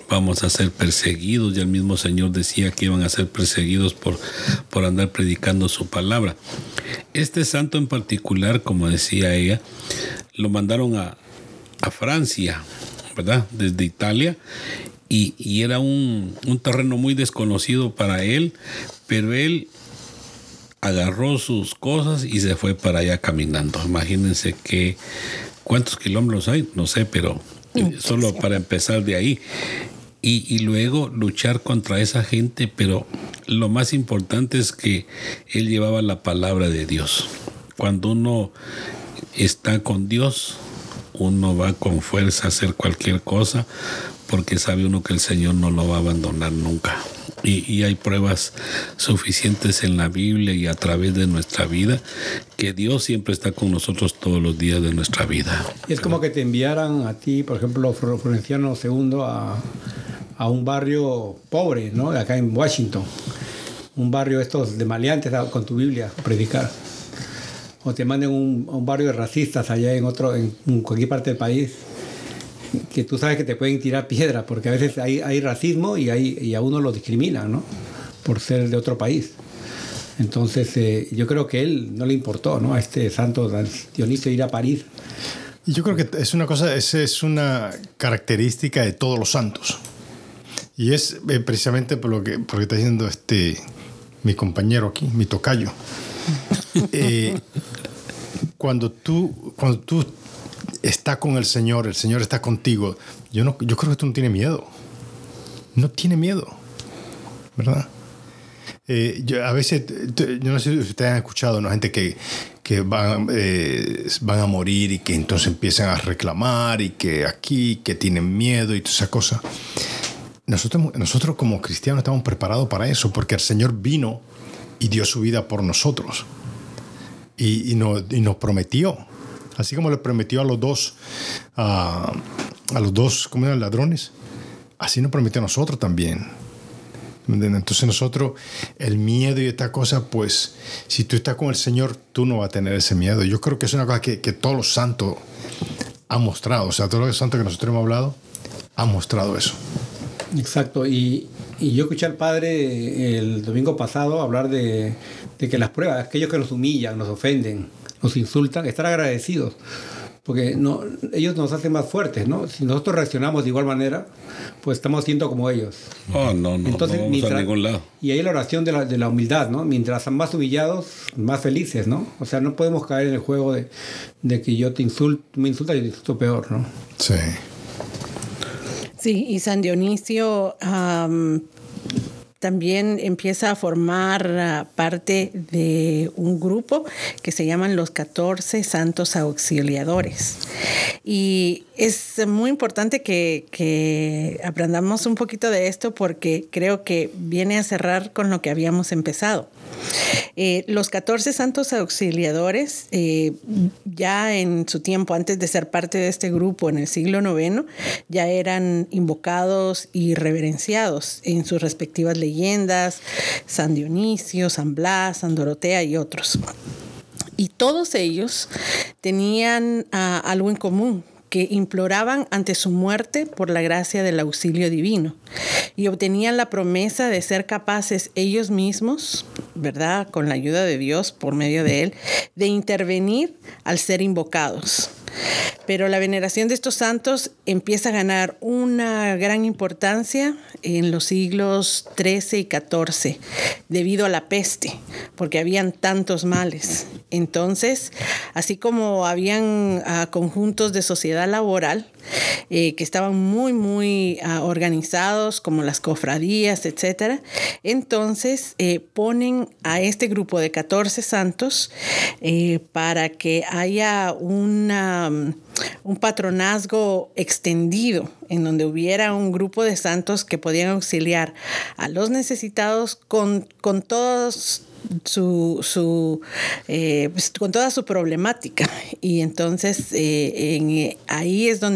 A: vamos a ser perseguidos. Y el mismo Señor decía que iban a ser perseguidos por, por andar predicando su palabra. Este santo en particular, como decía ella, lo mandaron a, a Francia, ¿verdad? Desde Italia. Y, y era un, un terreno muy desconocido para él, pero él agarró sus cosas y se fue para allá caminando. Imagínense que cuántos kilómetros hay, no sé, pero solo para empezar de ahí. Y, y luego luchar contra esa gente, pero lo más importante es que él llevaba la palabra de Dios. Cuando uno está con Dios, uno va con fuerza a hacer cualquier cosa, porque sabe uno que el Señor no lo va a abandonar nunca. Y, y hay pruebas suficientes en la Biblia y a través de nuestra vida que Dios siempre está con nosotros todos los días de nuestra vida.
B: Es como que te enviaran a ti, por ejemplo, Florenciano segundo, a, a un barrio pobre, ¿no? Acá en Washington. Un barrio estos de maleantes con tu Biblia a predicar. O te manden un, a un barrio de racistas allá en otro, en cualquier parte del país, que tú sabes que te pueden tirar piedra, porque a veces hay, hay racismo y, hay, y a uno lo discriminan, ¿no? Por ser de otro país. Entonces, eh, yo creo que él no le importó, ¿no? A este santo Dionisio ir a París.
D: Y yo creo que es una cosa, esa es una característica de todos los santos. Y es eh, precisamente por lo que, por lo que está diciendo este, mi compañero aquí, mi tocayo. Eh, cuando tú, cuando tú estás con el Señor, el Señor está contigo, yo, no, yo creo que tú no tienes miedo. No tiene miedo, ¿verdad? Eh, yo, a veces, yo no sé si ustedes han escuchado, ¿no? Gente que, que van, eh, van a morir y que entonces empiezan a reclamar y que aquí, que tienen miedo y toda esa cosa. Nosotros, nosotros como cristianos estamos preparados para eso, porque el Señor vino y dio su vida por nosotros. Y, y, nos, y nos prometió, así como le prometió a los dos, a, a los dos, ¿cómo eran? Ladrones, así nos prometió a nosotros también. Entonces nosotros, el miedo y esta cosa, pues, si tú estás con el Señor, tú no vas a tener ese miedo. Yo creo que es una cosa que, que todos los santos han mostrado, o sea, todos los santos que nosotros hemos hablado han mostrado eso.
B: Exacto, y, y yo escuché al padre el domingo pasado hablar de, de que las pruebas, aquellos que nos humillan, nos ofenden, nos insultan, estar agradecidos, porque no, ellos nos hacen más fuertes, ¿no? Si nosotros reaccionamos de igual manera, pues estamos siendo como ellos.
A: Oh, no, no,
B: Entonces,
A: no vamos
B: mientras,
A: a ningún lado.
B: Y ahí la oración de la, de la humildad, ¿no? Mientras más humillados, más felices, ¿no? O sea, no podemos caer en el juego de, de que yo te insulto, me insultas y te insulto peor, ¿no?
D: Sí.
C: Sí, y San Dionisio um, también empieza a formar uh, parte de un grupo que se llaman los catorce Santos Auxiliadores. Y es muy importante que, que aprendamos un poquito de esto porque creo que viene a cerrar con lo que habíamos empezado. Eh, los catorce Santos Auxiliadores, eh, ya en su tiempo, antes de ser parte de este grupo en el siglo noveno, ya eran invocados y reverenciados en sus respectivas leyendas, San Dionisio, San Blas, San Dorotea y otros. Y todos ellos tenían uh, algo en común, que imploraban ante su muerte por la gracia del auxilio divino y obtenían la promesa de ser capaces ellos mismos, ¿verdad?, con la ayuda de Dios por medio de él, de intervenir al ser invocados. Pero la veneración de estos santos empieza a ganar una gran importancia en los siglos trece y catorce debido a la peste, porque habían tantos males. Entonces, así como habían uh, conjuntos de sociedad laboral eh, que estaban muy, muy uh, organizados, como las cofradías, etcétera, entonces eh, ponen a este grupo de catorce santos eh, para que haya una, un patronazgo extendido en donde hubiera un grupo de santos que podían auxiliar a los necesitados con, con todos Su, su, eh, pues, con toda su problemática. Y entonces eh, en, eh, ahí es donde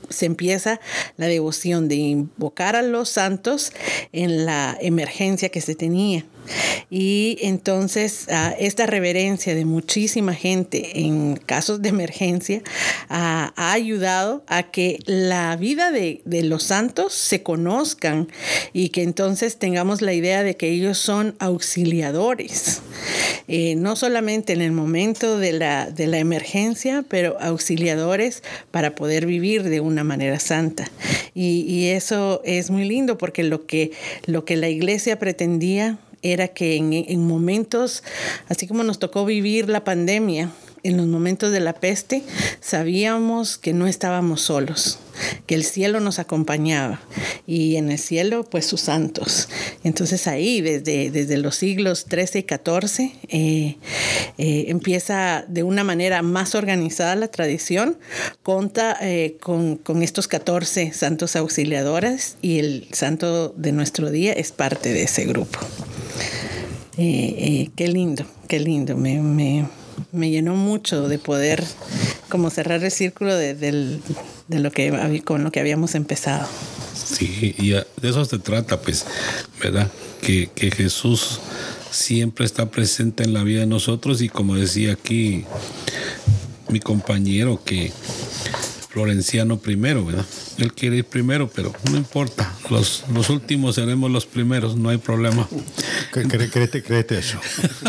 C: se empieza la devoción de invocar a los santos en la emergencia que se tenía. Y entonces uh, esta reverencia de muchísima gente en casos de emergencia uh, ha ayudado a que la vida de, de los santos se conozcan y que entonces tengamos la idea de que ellos son auxiliadores, eh, no solamente en el momento de la, de la emergencia, pero auxiliadores para poder vivir de una manera santa. Y, y eso es muy lindo porque lo que, lo que la iglesia pretendía era que en, en momentos, así como nos tocó vivir la pandemia, en los momentos de la peste, sabíamos que no estábamos solos, que el cielo nos acompañaba y en el cielo, pues sus santos. Entonces ahí, desde, desde los siglos trece y catorce, eh, eh, empieza de una manera más organizada la tradición, conta eh, con, con estos catorce santos auxiliadores y el santo de nuestro día es parte de ese grupo. Eh, eh, qué lindo, qué lindo. Me, me, me llenó mucho de poder como cerrar el círculo de, de, de lo que, con lo que habíamos empezado.
A: Sí, y de eso se trata, pues, ¿verdad? Que, que Jesús siempre está presente en la vida de nosotros y como decía aquí mi compañero, que Florenciano primero, ¿verdad? Él quiere ir primero, pero no importa. Los, los últimos seremos los primeros, no hay problema.
D: Créete, créete eso.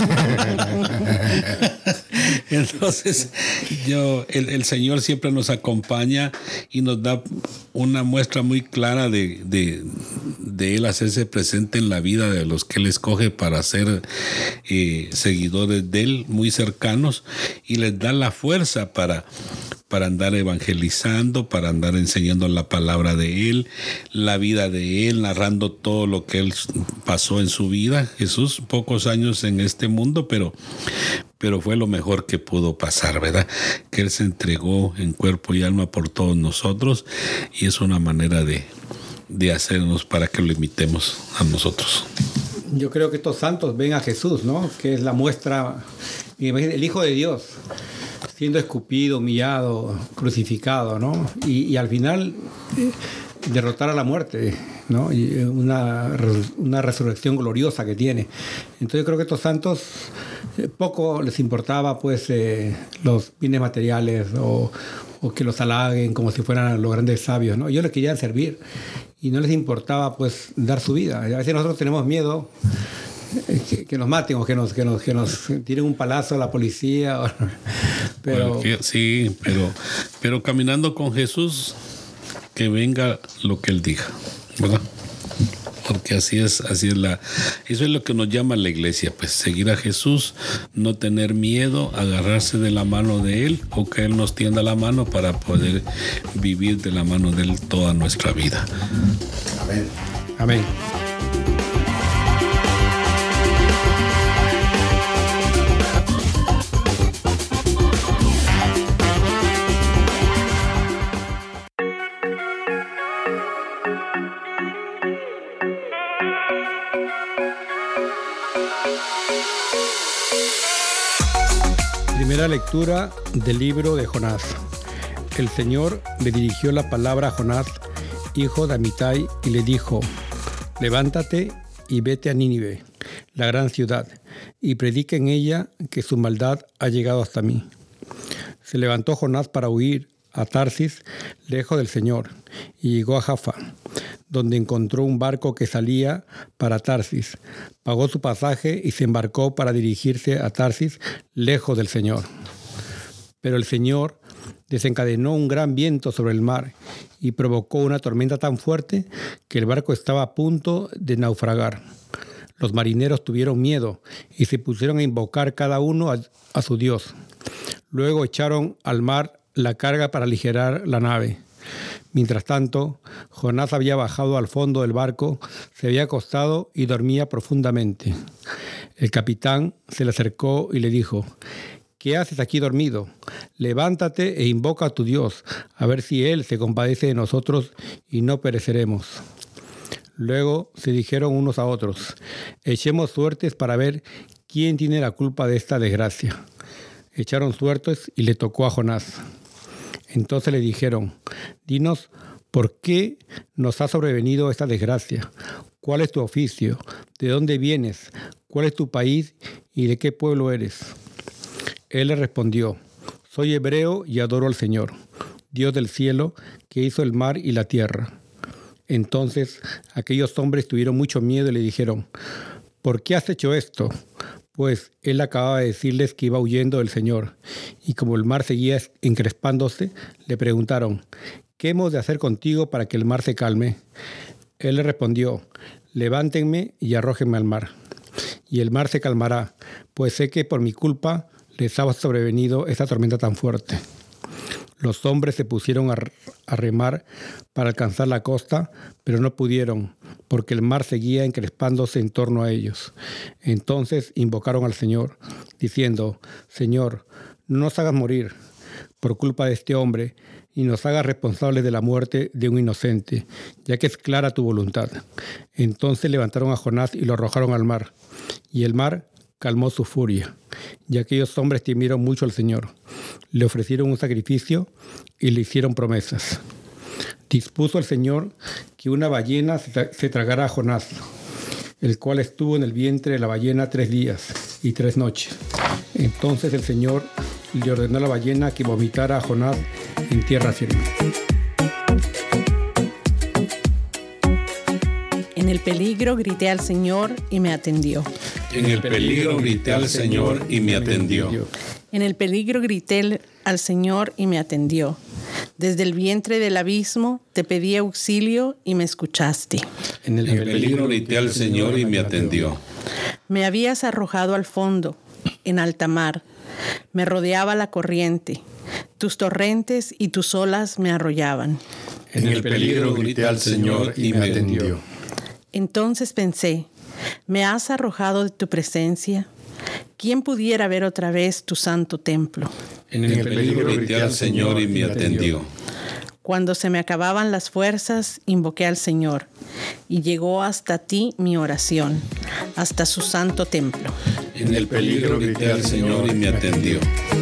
A: Entonces, yo, el, el Señor siempre nos acompaña y nos da una muestra muy clara de, de, de Él hacerse presente en la vida de los que Él escoge para ser eh, seguidores de Él, muy cercanos, y les da la fuerza para... para andar evangelizando, para andar enseñando la palabra de Él, la vida de Él, narrando todo lo que Él pasó en su vida. Jesús, pocos años en este mundo, pero, pero fue lo mejor que pudo pasar, ¿verdad? Que Él se entregó en cuerpo y alma por todos nosotros y es una manera de, de hacernos para que lo imitemos a nosotros.
B: Yo creo que estos santos ven a Jesús, ¿no? Que es la muestra, el Hijo de Dios, siendo escupido, humillado, crucificado, ¿no? Y, y al final eh, derrotar a la muerte, ¿no? Y una, una resurrección gloriosa que tiene. Entonces yo creo que estos santos eh, poco les importaba pues eh, los bienes materiales o, o que los halaguen como si fueran los grandes sabios, ¿no? Ellos les querían servir y no les importaba pues dar su vida. A veces nosotros tenemos miedo Que, que nos maten o que nos, que nos, que nos tiren un palazo a la policía. O, pero...
A: Bueno, sí, pero, pero caminando con Jesús, que venga lo que Él diga, ¿verdad? Porque así es, así es la, eso es lo que nos llama la iglesia, pues seguir a Jesús, no tener miedo, agarrarse de la mano de Él o que Él nos tienda la mano para poder vivir de la mano de Él toda nuestra vida.
D: Amén.
B: Amén. Primera lectura del libro de Jonás. El Señor le dirigió la palabra a Jonás, hijo de Amitai, y le dijo: levántate y vete a Nínive, la gran ciudad, y predica en ella que su maldad ha llegado hasta mí. Se levantó Jonás para huir a Tarsis, lejos del Señor, y llegó a Jaffa, donde encontró un barco que salía para Tarsis. Pagó su pasaje y se embarcó para dirigirse a Tarsis, lejos del Señor. Pero el Señor desencadenó un gran viento sobre el mar y provocó una tormenta tan fuerte que el barco estaba a punto de naufragar. Los marineros tuvieron miedo y se pusieron a invocar cada uno a, a su Dios. Luego echaron al mar la carga para aligerar la nave. Mientras tanto, Jonás había bajado al fondo del barco, se había acostado y dormía profundamente. El capitán se le acercó y le dijo: ¿qué haces aquí dormido? Levántate e invoca a tu Dios, a ver si Él se compadece de nosotros y no pereceremos. Luego se dijeron unos a otros: echemos suertes para ver quién tiene la culpa de esta desgracia. Echaron suertes y le tocó a Jonás. Entonces le dijeron: dinos, ¿por qué nos ha sobrevenido esta desgracia? ¿Cuál es tu oficio? ¿De dónde vienes? ¿Cuál es tu país? ¿Y de qué pueblo eres? Él le respondió: soy hebreo y adoro al Señor, Dios del cielo, que hizo el mar y la tierra. Entonces aquellos hombres tuvieron mucho miedo y le dijeron: ¿por qué has hecho esto? Pues él acababa de decirles que iba huyendo del Señor. Y como el mar seguía encrespándose, le preguntaron: ¿qué hemos de hacer contigo para que el mar se calme? Él le respondió: levántenme y arrójenme al mar, y el mar se calmará, pues sé que por mi culpa les ha sobrevenido esta tormenta tan fuerte. Los hombres se pusieron a, a remar para alcanzar la costa, pero no pudieron, porque el mar seguía encrespándose en torno a ellos. Entonces invocaron al Señor, diciendo: Señor, no nos hagas morir por culpa de este hombre, y nos hagas responsables de la muerte de un inocente, ya que es clara tu voluntad. Entonces levantaron a Jonás y lo arrojaron al mar, y el mar calmó su furia, y aquellos hombres temieron mucho al Señor. Le ofrecieron un sacrificio y le hicieron promesas. Dispuso el Señor que una ballena se tragara a Jonás, el cual estuvo en el vientre de la ballena tres días y tres noches. Entonces el Señor le ordenó a la ballena que vomitara a Jonás en tierra firme.
C: En el peligro grité al Señor y me atendió.
A: En el peligro grité al Señor y me atendió.
C: En el peligro grité al Señor y me atendió. Desde el vientre del abismo te pedí auxilio y me escuchaste.
A: En el peligro grité al Señor y me atendió.
C: Me habías arrojado al fondo, en alta mar. Me rodeaba la corriente. Tus torrentes y tus olas me arrollaban.
A: En el peligro grité al Señor y me atendió.
C: Entonces pensé: me has arrojado de tu presencia. ¿Quién pudiera ver otra vez tu santo templo?
A: En el peligro grité al Señor y me atendió.
C: Cuando se me acababan las fuerzas, invoqué al Señor, y llegó hasta ti mi oración, hasta su santo templo.
A: En el peligro grité al Señor y me atendió.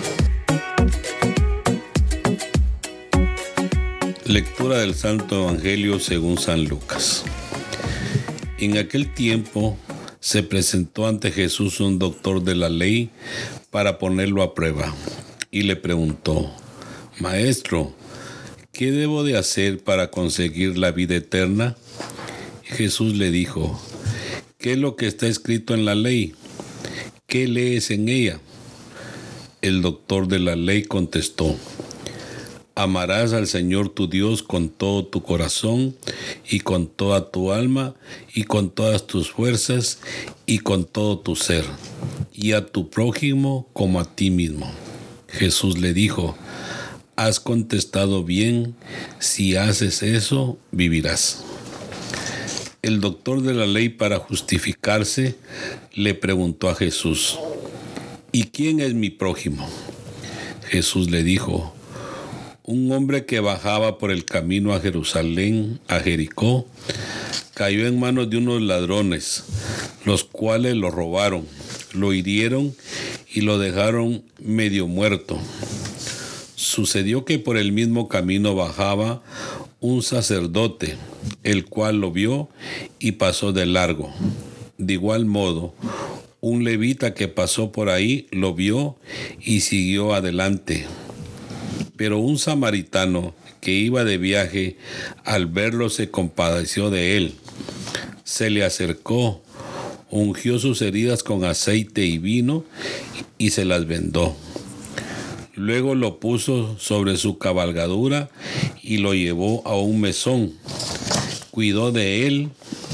A: Lectura del Santo Evangelio según San Lucas. En aquel tiempo se presentó ante Jesús un doctor de la ley para ponerlo a prueba, y le preguntó: Maestro, ¿qué debo de hacer para conseguir la vida eterna? Jesús le dijo: ¿qué es lo que está escrito en la ley? ¿Qué lees en ella? El doctor de la ley contestó: amarás al Señor tu Dios con todo tu corazón y con toda tu alma y con todas tus fuerzas y con todo tu ser, y a tu prójimo como a ti mismo. Jesús le dijo: has contestado bien, si haces eso, vivirás. El doctor de la ley, para justificarse, le preguntó a Jesús: ¿y quién es mi prójimo? Jesús le dijo: un hombre que bajaba por el camino a Jerusalén, a Jericó, cayó en manos de unos ladrones, los cuales lo robaron, lo hirieron y lo dejaron medio muerto. Sucedió que por el mismo camino bajaba un sacerdote, el cual lo vio y pasó de largo. De igual modo, un levita que pasó por ahí lo vio y siguió adelante. Pero un samaritano que iba de viaje, al verlo se compadeció de él. Se le acercó, ungió sus heridas con aceite y vino y se las vendó. Luego lo puso sobre su cabalgadura y lo llevó a un mesón. Cuidó de él.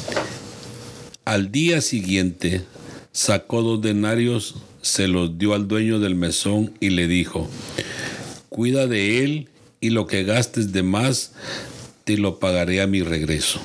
A: Al día siguiente sacó dos denarios, se los dio al dueño del mesón y le dijo: cuida de él y lo que gastes de más te lo pagaré a mi regreso.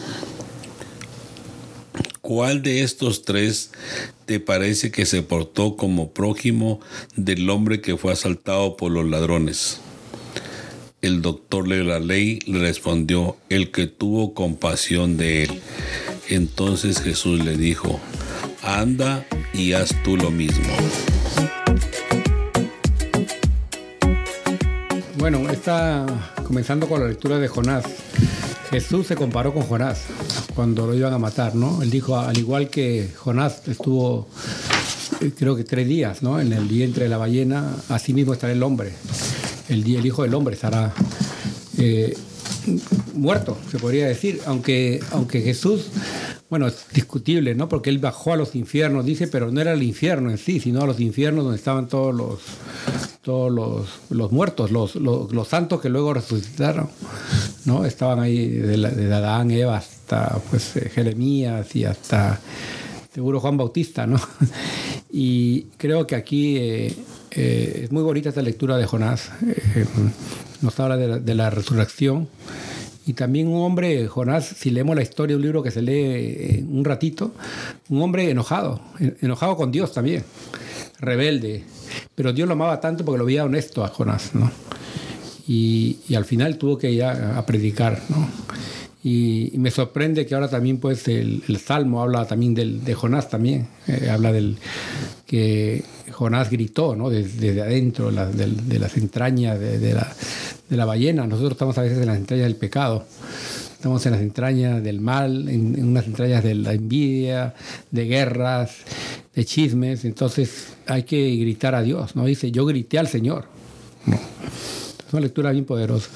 A: ¿Cuál de estos tres te parece que se portó como prójimo del hombre que fue asaltado por los ladrones? El doctor de la ley le respondió: el que tuvo compasión de él. Entonces Jesús le dijo: anda y haz tú lo mismo.
B: Bueno, está comenzando con la lectura de Jonás. Jesús se comparó con Jonás cuando lo iban a matar, ¿no? Él dijo, al igual que Jonás estuvo, creo que tres días, ¿no?, en el vientre de la ballena, así mismo estará el hombre. El, día, el Hijo del Hombre estará eh, muerto, se podría decir, aunque, aunque Jesús, bueno, es discutible, ¿no?, porque él bajó a los infiernos, dice, pero no era el infierno en sí, sino a los infiernos donde estaban todos los, todos los, los muertos, los, los, los santos que luego resucitaron, ¿no? Estaban ahí desde, desde Adán, Eva, hasta pues, Jeremías y hasta seguro Juan Bautista, ¿no? Y creo que aquí eh, eh, es muy bonita esta lectura de Jonás. Eh, nos habla de la, de la resurrección. Y también un hombre, Jonás, si leemos la historia de un libro que se lee un ratito, un hombre enojado, enojado con Dios también, rebelde. Pero Dios lo amaba tanto porque lo veía honesto a Jonás, ¿no? Y, y al final tuvo que ir a, a predicar, ¿no? Y, y me sorprende que ahora también pues el, el Salmo habla también del, de Jonás también, eh, habla del que Jonás gritó, ¿no?, desde, desde adentro la, de, de las entrañas de, de, la, de la ballena. Nosotros estamos a veces en las entrañas del pecado, estamos en las entrañas del mal, en, en unas entrañas de la envidia, de guerras, de chismes. Entonces hay que gritar a Dios, ¿no? Dice, yo grité al Señor, ¿no? Es una lectura bien poderosa.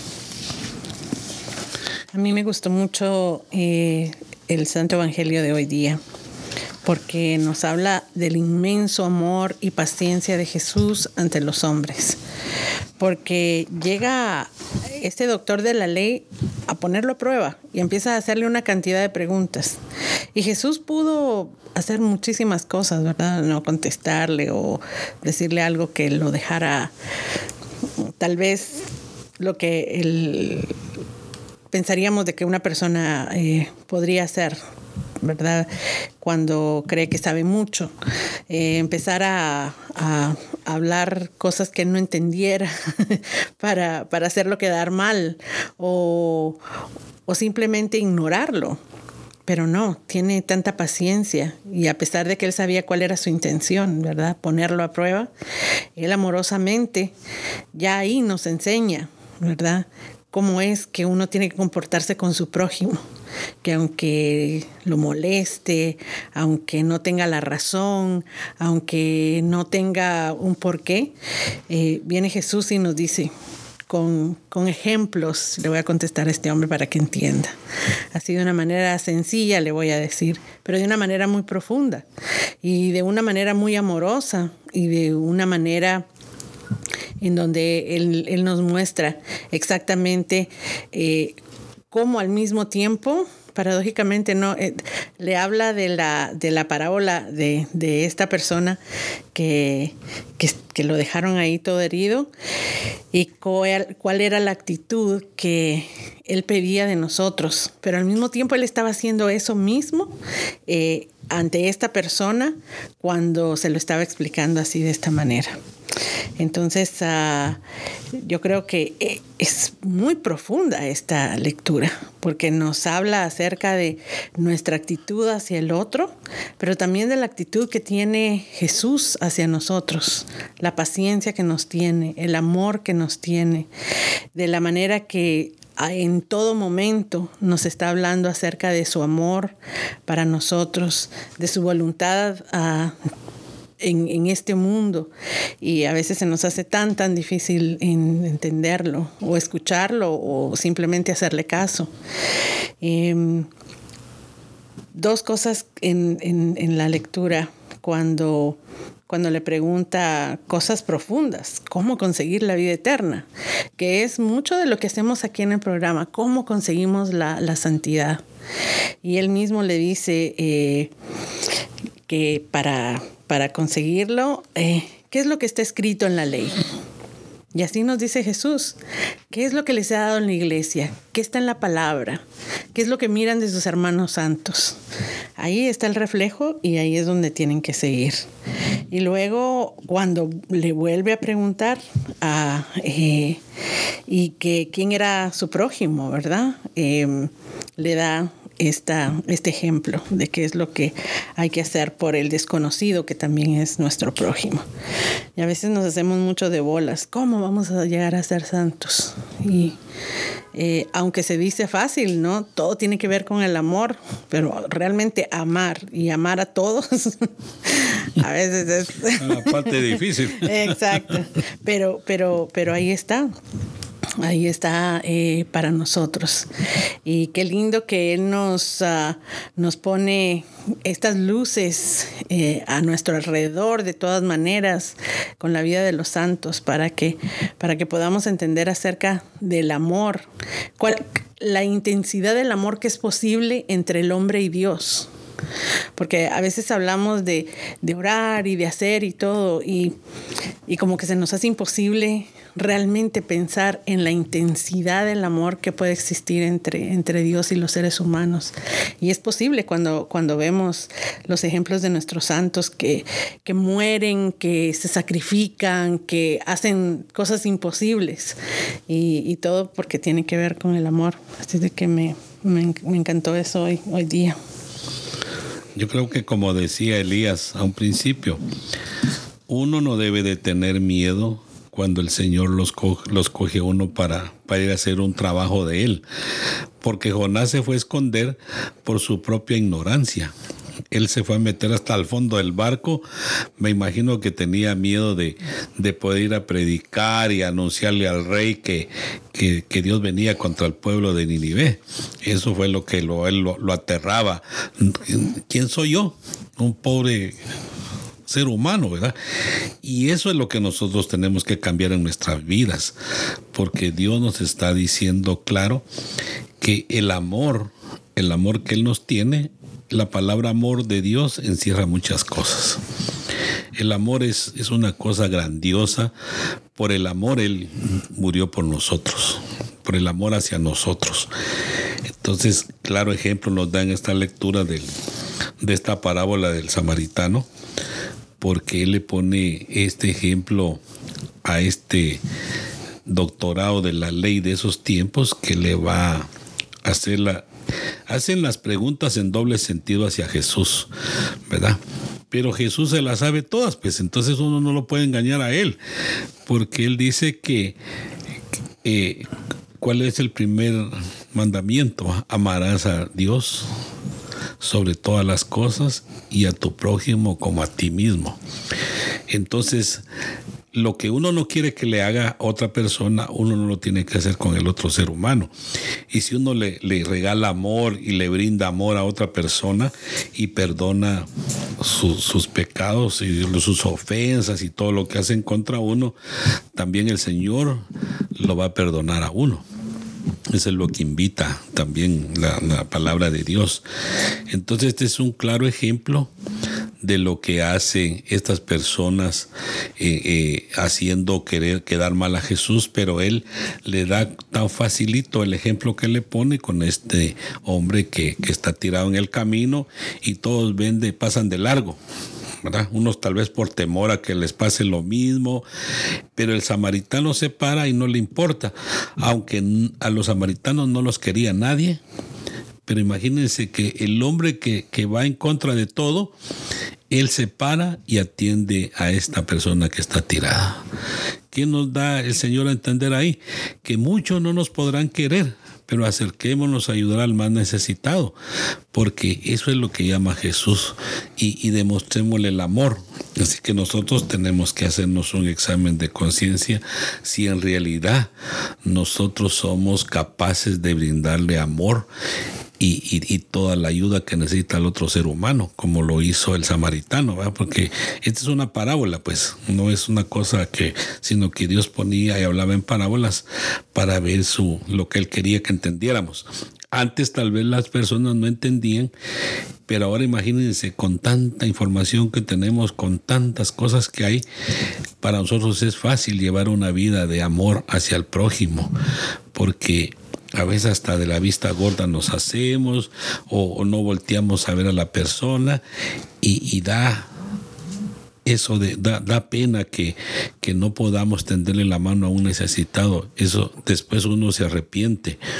C: A mí me gustó mucho eh, el Santo Evangelio de hoy día, porque nos habla del inmenso amor y paciencia de Jesús ante los hombres. Porque llega este doctor de la ley a ponerlo a prueba y empieza a hacerle una cantidad de preguntas. Y Jesús pudo hacer muchísimas cosas, ¿verdad? No contestarle o decirle algo que lo dejara, tal vez lo que él pensaríamos de que una persona eh, podría hacer, ¿verdad?, cuando cree que sabe mucho. Eh, empezar a, a hablar cosas que no entendiera para, para hacerlo quedar mal o, o simplemente ignorarlo. Pero no, tiene tanta paciencia y a pesar de que él sabía cuál era su intención, ¿verdad?, ponerlo a prueba, él amorosamente ya ahí nos enseña, ¿verdad?, cómo es que uno tiene que comportarse con su prójimo, que aunque lo moleste, aunque no tenga la razón, aunque no tenga un porqué, eh, viene Jesús y nos dice, con, con ejemplos, le voy a contestar a este hombre para que entienda. Así de una manera sencilla le voy a decir, pero de una manera muy profunda y de una manera muy amorosa y de una manera en donde él, él nos muestra exactamente eh, cómo al mismo tiempo, paradójicamente, no eh, le habla de la, de la parábola de, de esta persona que, que, que lo dejaron ahí todo herido y cuál, cuál era la actitud que él pedía de nosotros. Pero al mismo tiempo él estaba haciendo eso mismo eh, ante esta persona cuando se lo estaba explicando así de esta manera. Entonces, uh, yo creo que es muy profunda esta lectura, porque nos habla acerca de nuestra actitud hacia el otro, pero también de la actitud que tiene Jesús hacia nosotros, la paciencia que nos tiene, el amor que nos tiene, de la manera que en todo momento nos está hablando acerca de su amor para nosotros, de su voluntad a uh, En, en este mundo, y a veces se nos hace tan tan difícil en entenderlo o escucharlo o simplemente hacerle caso. Eh, dos cosas en, en, en la lectura cuando, cuando le pregunta cosas profundas, cómo conseguir la vida eterna, que es mucho de lo que hacemos aquí en el programa, cómo conseguimos la, la santidad. Y él mismo le dice eh, que para Para conseguirlo, eh, ¿qué es lo que está escrito en la ley? Y así nos dice Jesús. ¿Qué es lo que les ha dado en la iglesia? ¿Qué está en la palabra? ¿Qué es lo que miran de sus hermanos santos? Ahí está el reflejo y ahí es donde tienen que seguir. Y luego, cuando le vuelve a preguntar a, eh, y que quién era su prójimo, ¿verdad? Eh, le da esta, este ejemplo de qué es lo que hay que hacer por el desconocido, que también es nuestro prójimo. Y a veces nos hacemos mucho de bolas. ¿Cómo vamos a llegar a ser santos? Y eh, aunque se dice fácil, ¿no? Todo tiene que ver con el amor, pero realmente amar y amar a todos a veces es
A: la parte difícil.
C: Exacto. Pero, pero, pero ahí está. Ahí está eh, para nosotros. Y qué lindo que Él nos, uh, nos pone estas luces eh, a nuestro alrededor, de todas maneras, con la vida de los santos, para que, para que podamos entender acerca del amor, cuál, la intensidad del amor que es posible entre el hombre y Dios. Porque a veces hablamos de, de orar y de hacer y todo, y, y como que se nos hace imposible realmente pensar en la intensidad del amor que puede existir entre, entre Dios y los seres humanos. Y es posible cuando, cuando vemos los ejemplos de nuestros santos que, que mueren, que se sacrifican, que hacen cosas imposibles, y, y todo porque tiene que ver con el amor. Así de que me, me, me encantó eso hoy, hoy día.
A: Yo creo que, como decía Elías a un principio, uno no debe de tener miedo cuando el Señor los coge, los coge uno para, para ir a hacer un trabajo de Él. Porque Jonás se fue a esconder por su propia ignorancia. Él se fue a meter hasta el fondo del barco. Me imagino que tenía miedo de, de poder ir a predicar y anunciarle al rey que, que, que Dios venía contra el pueblo de Nínive. Eso fue lo que lo, él lo, lo aterraba. ¿Quién soy yo? Un pobre ser humano, ¿verdad? Y eso es lo que nosotros tenemos que cambiar en nuestras vidas, porque Dios nos está diciendo claro que el amor, el amor que Él nos tiene, la palabra amor de Dios encierra muchas cosas. El amor es, es una cosa grandiosa. Por el amor Él murió por nosotros, por el amor hacia nosotros. Entonces, claro ejemplo nos da en esta lectura del, de esta parábola del samaritano, porque Él le pone este ejemplo a este doctorado de la ley de esos tiempos, que le va a hacer la, hacen las preguntas en doble sentido hacia Jesús, ¿verdad? Pero Jesús se las sabe todas, pues entonces uno no lo puede engañar a Él, porque Él dice que eh, ¿cuál es el primer mandamiento? Amarás a Dios sobre todas las cosas y a tu prójimo como a ti mismo. Entonces, lo que uno no quiere que le haga a otra persona, uno no lo tiene que hacer con el otro ser humano. Y si uno le, le regala amor y le brinda amor a otra persona y perdona su, sus pecados y sus ofensas y todo lo que hacen contra uno, también el Señor lo va a perdonar a uno. Eso es lo que invita también la, la palabra de Dios. Entonces, este es un claro ejemplo de lo que hacen estas personas eh, eh, haciendo querer quedar mal a Jesús, pero Él le da tan facilito el ejemplo que le pone con este hombre que, que está tirado en el camino y todos ven de, pasan de largo, ¿verdad? Unos tal vez por temor a que les pase lo mismo, pero el samaritano se para y no le importa, aunque a los samaritanos no los quería nadie. Pero imagínense que el hombre que, que va en contra de todo, él se para y atiende a esta persona que está tirada. ¿Qué nos da el Señor a entender ahí? Que muchos no nos podrán querer, pero acerquémonos a ayudar al más necesitado, porque eso es lo que llama Jesús, y, y demostrémosle el amor. Así que nosotros tenemos que hacernos un examen de conciencia si en realidad nosotros somos capaces de brindarle amor Y, y, y toda la ayuda que necesita el otro ser humano, como lo hizo el samaritano, ¿verdad? Porque esta es una parábola, pues, no es una cosa que, sino que Dios ponía y hablaba en parábolas para ver su, lo que Él quería que entendiéramos. Antes tal vez las personas no entendían, pero ahora imagínense, con tanta información que tenemos, con tantas cosas que hay, para nosotros es fácil llevar una vida de amor hacia el prójimo, porque a veces hasta de la vista gorda nos hacemos o, o no volteamos a ver a la persona y, y da eso de, da, da pena que, que no podamos tenderle la mano a un necesitado. Eso después uno se arrepiente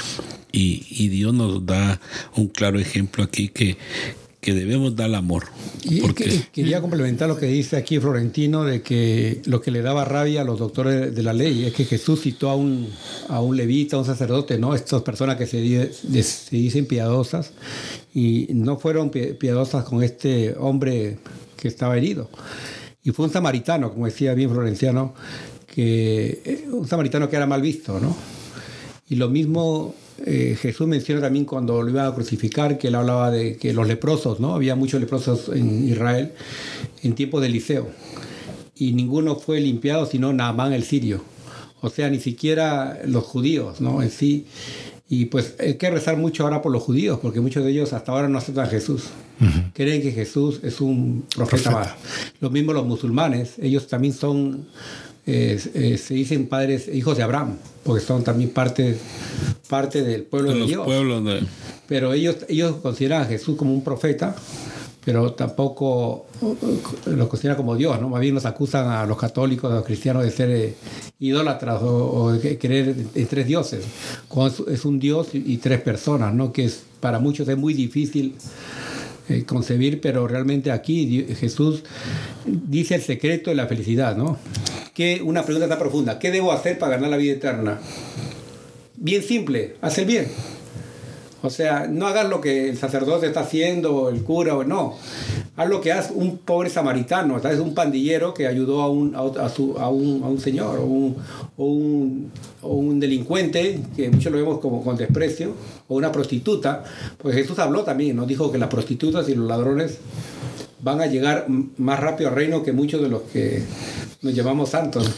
A: Y, y Dios nos da un claro ejemplo aquí que, que debemos dar amor.
B: Y
A: porque...
B: que, quería complementar lo que dice aquí Florentino, de que lo que le daba rabia a los doctores de la ley es que Jesús citó a un, a un levita, a un sacerdote, ¿no? Estas personas que se, se dicen piadosas, y no fueron piadosas con este hombre que estaba herido. Y fue un samaritano, como decía bien Florenciano, que un samaritano que era mal visto, ¿no? Y lo mismo eh, Jesús menciona también cuando lo iban a crucificar, que él hablaba de que los leprosos, ¿no? Había muchos leprosos en Israel en tiempos de Eliseo, y ninguno fue limpiado sino Naamán el sirio. O sea, ni siquiera los judíos, ¿no? En sí. Y pues hay que rezar mucho ahora por los judíos, porque muchos de ellos hasta ahora no aceptan a Jesús. Uh-huh. Creen que Jesús es un profeta, profeta. más. Lo mismo los musulmanes, ellos también son... Eh, eh, se dicen padres, hijos de Abraham, porque son también parte, parte del pueblo de, de los Dios.
A: Pueblos de...
B: Pero ellos, ellos consideran a Jesús como un profeta, pero tampoco lo consideran como Dios, ¿no? Más bien nos acusan a los católicos, a los cristianos de ser eh, idólatras o, o de creer en tres dioses, cuando es un Dios y, y tres personas, ¿no? Que es, para muchos es muy difícil eh, concebir, pero realmente aquí Jesús dice el secreto de la felicidad, ¿no? Que una pregunta tan profunda: ¿qué debo hacer para ganar la vida eterna? Bien simple, haz el bien. O sea, no hagas lo que el sacerdote está haciendo, o el cura, o no. Haz lo que hace un pobre samaritano, ¿sabes? Un pandillero que ayudó a un, a, a su, a un, a un señor, o un, o, un, o un delincuente, que muchos lo vemos como con desprecio, o una prostituta. Porque Jesús habló también, nos dijo que las prostitutas y los ladrones van a llegar más rápido al reino que muchos de los que nos llamamos santos.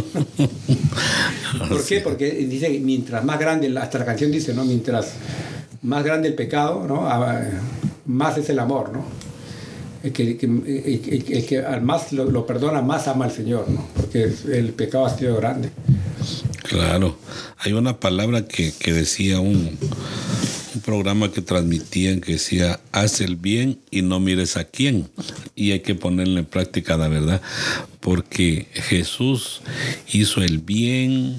B: ¿Por qué? Porque dice, mientras más grande, hasta la canción dice, ¿no? Mientras más grande el pecado, ¿no? Más es el amor, ¿no? El que, que, el, el que al más lo, lo perdona, más ama al Señor, ¿no? Porque el pecado ha sido grande.
A: Claro. Hay una palabra que, que decía un, un programa que transmitían que decía: haz el bien y no mires a quién. Y hay que ponerlo en práctica, la verdad, porque Jesús hizo el bien.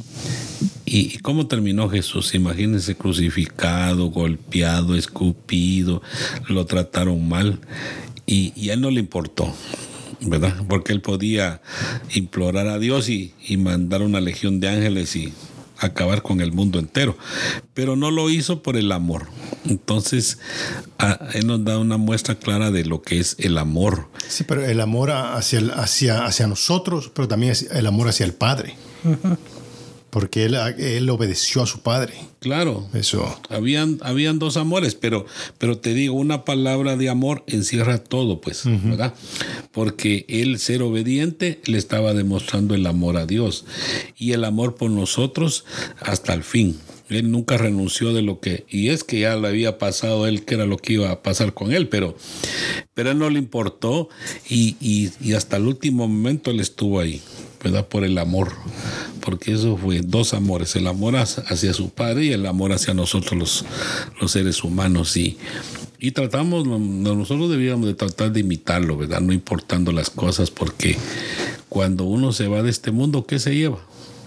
A: ¿Y cómo terminó Jesús? Imagínense, crucificado, golpeado, escupido, lo trataron mal, y, y a él no le importó, ¿verdad? Porque él podía implorar a Dios y, y mandar una legión de ángeles y acabar con el mundo entero, pero no lo hizo por el amor. Entonces, a, él nos da una muestra clara de lo que es el amor.
D: Sí, pero el amor hacia, el, hacia, hacia nosotros, pero también el amor hacia el Padre. Uh-huh. Porque él, él obedeció a su padre.
A: Claro.
D: Eso.
A: Habían, habían dos amores, pero, pero te digo, una palabra de amor encierra todo, pues, uh-huh. ¿verdad? Porque él, ser obediente, le estaba demostrando el amor a Dios y el amor por nosotros hasta el fin. Él nunca renunció de lo que... Y es que ya le había pasado a él, que era lo que iba a pasar con él, pero, pero a él no le importó y, y, y hasta el último momento él estuvo ahí, ¿verdad? Por el amor. Porque eso fue dos amores, el amor hacia su padre y el amor hacia nosotros los, los seres humanos. Y, y tratamos, nosotros debíamos de tratar de imitarlo, ¿verdad? No importando las cosas, porque cuando uno se va de este mundo, ¿qué se lleva?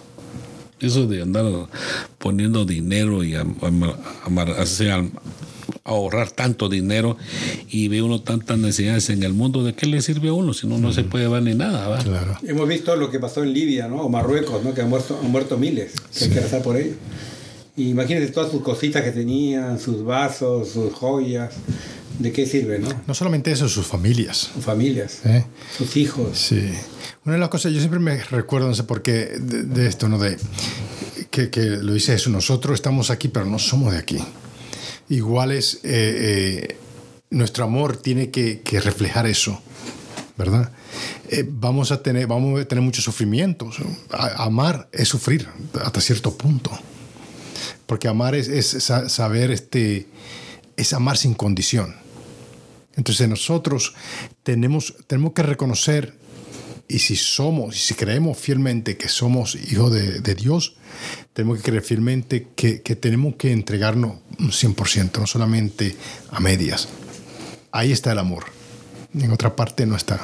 A: Eso de andar poniendo dinero y a, a, a, a ahorrar tanto dinero y ve uno tantas necesidades en el mundo, ¿de qué le sirve a uno si no, no uh-huh. se puede llevar ni nada? ¿va?
B: Claro. Hemos visto lo que pasó en Libia, ¿no? O Marruecos, ¿no? Que han muerto, han muerto miles, que sí. hay que rezar por ellos. Y imagínense todas sus cositas que tenían, sus vasos, sus joyas. ¿De qué sirve, no?
D: No solamente eso, sus familias.
B: Sus familias,
D: ¿Eh?
B: sus hijos.
D: Sí. Una de las cosas, yo siempre me recuerdo, no sé por qué, de, de esto, ¿no? De que, que lo dice eso, nosotros estamos aquí, pero no somos de aquí. Igual es, eh, eh, nuestro amor tiene que, que reflejar eso, ¿verdad? Eh, vamos a tener, vamos a tener muchos sufrimientos. A, amar es sufrir hasta cierto punto. Porque amar es, es saber, este, es amar sin condición. Entonces nosotros tenemos, tenemos que reconocer, y si somos, y si creemos fielmente que somos hijos de, de Dios, tenemos que creer fielmente que, que tenemos que entregarnos un cien por ciento, no solamente a medias. Ahí está el amor. En otra parte no está.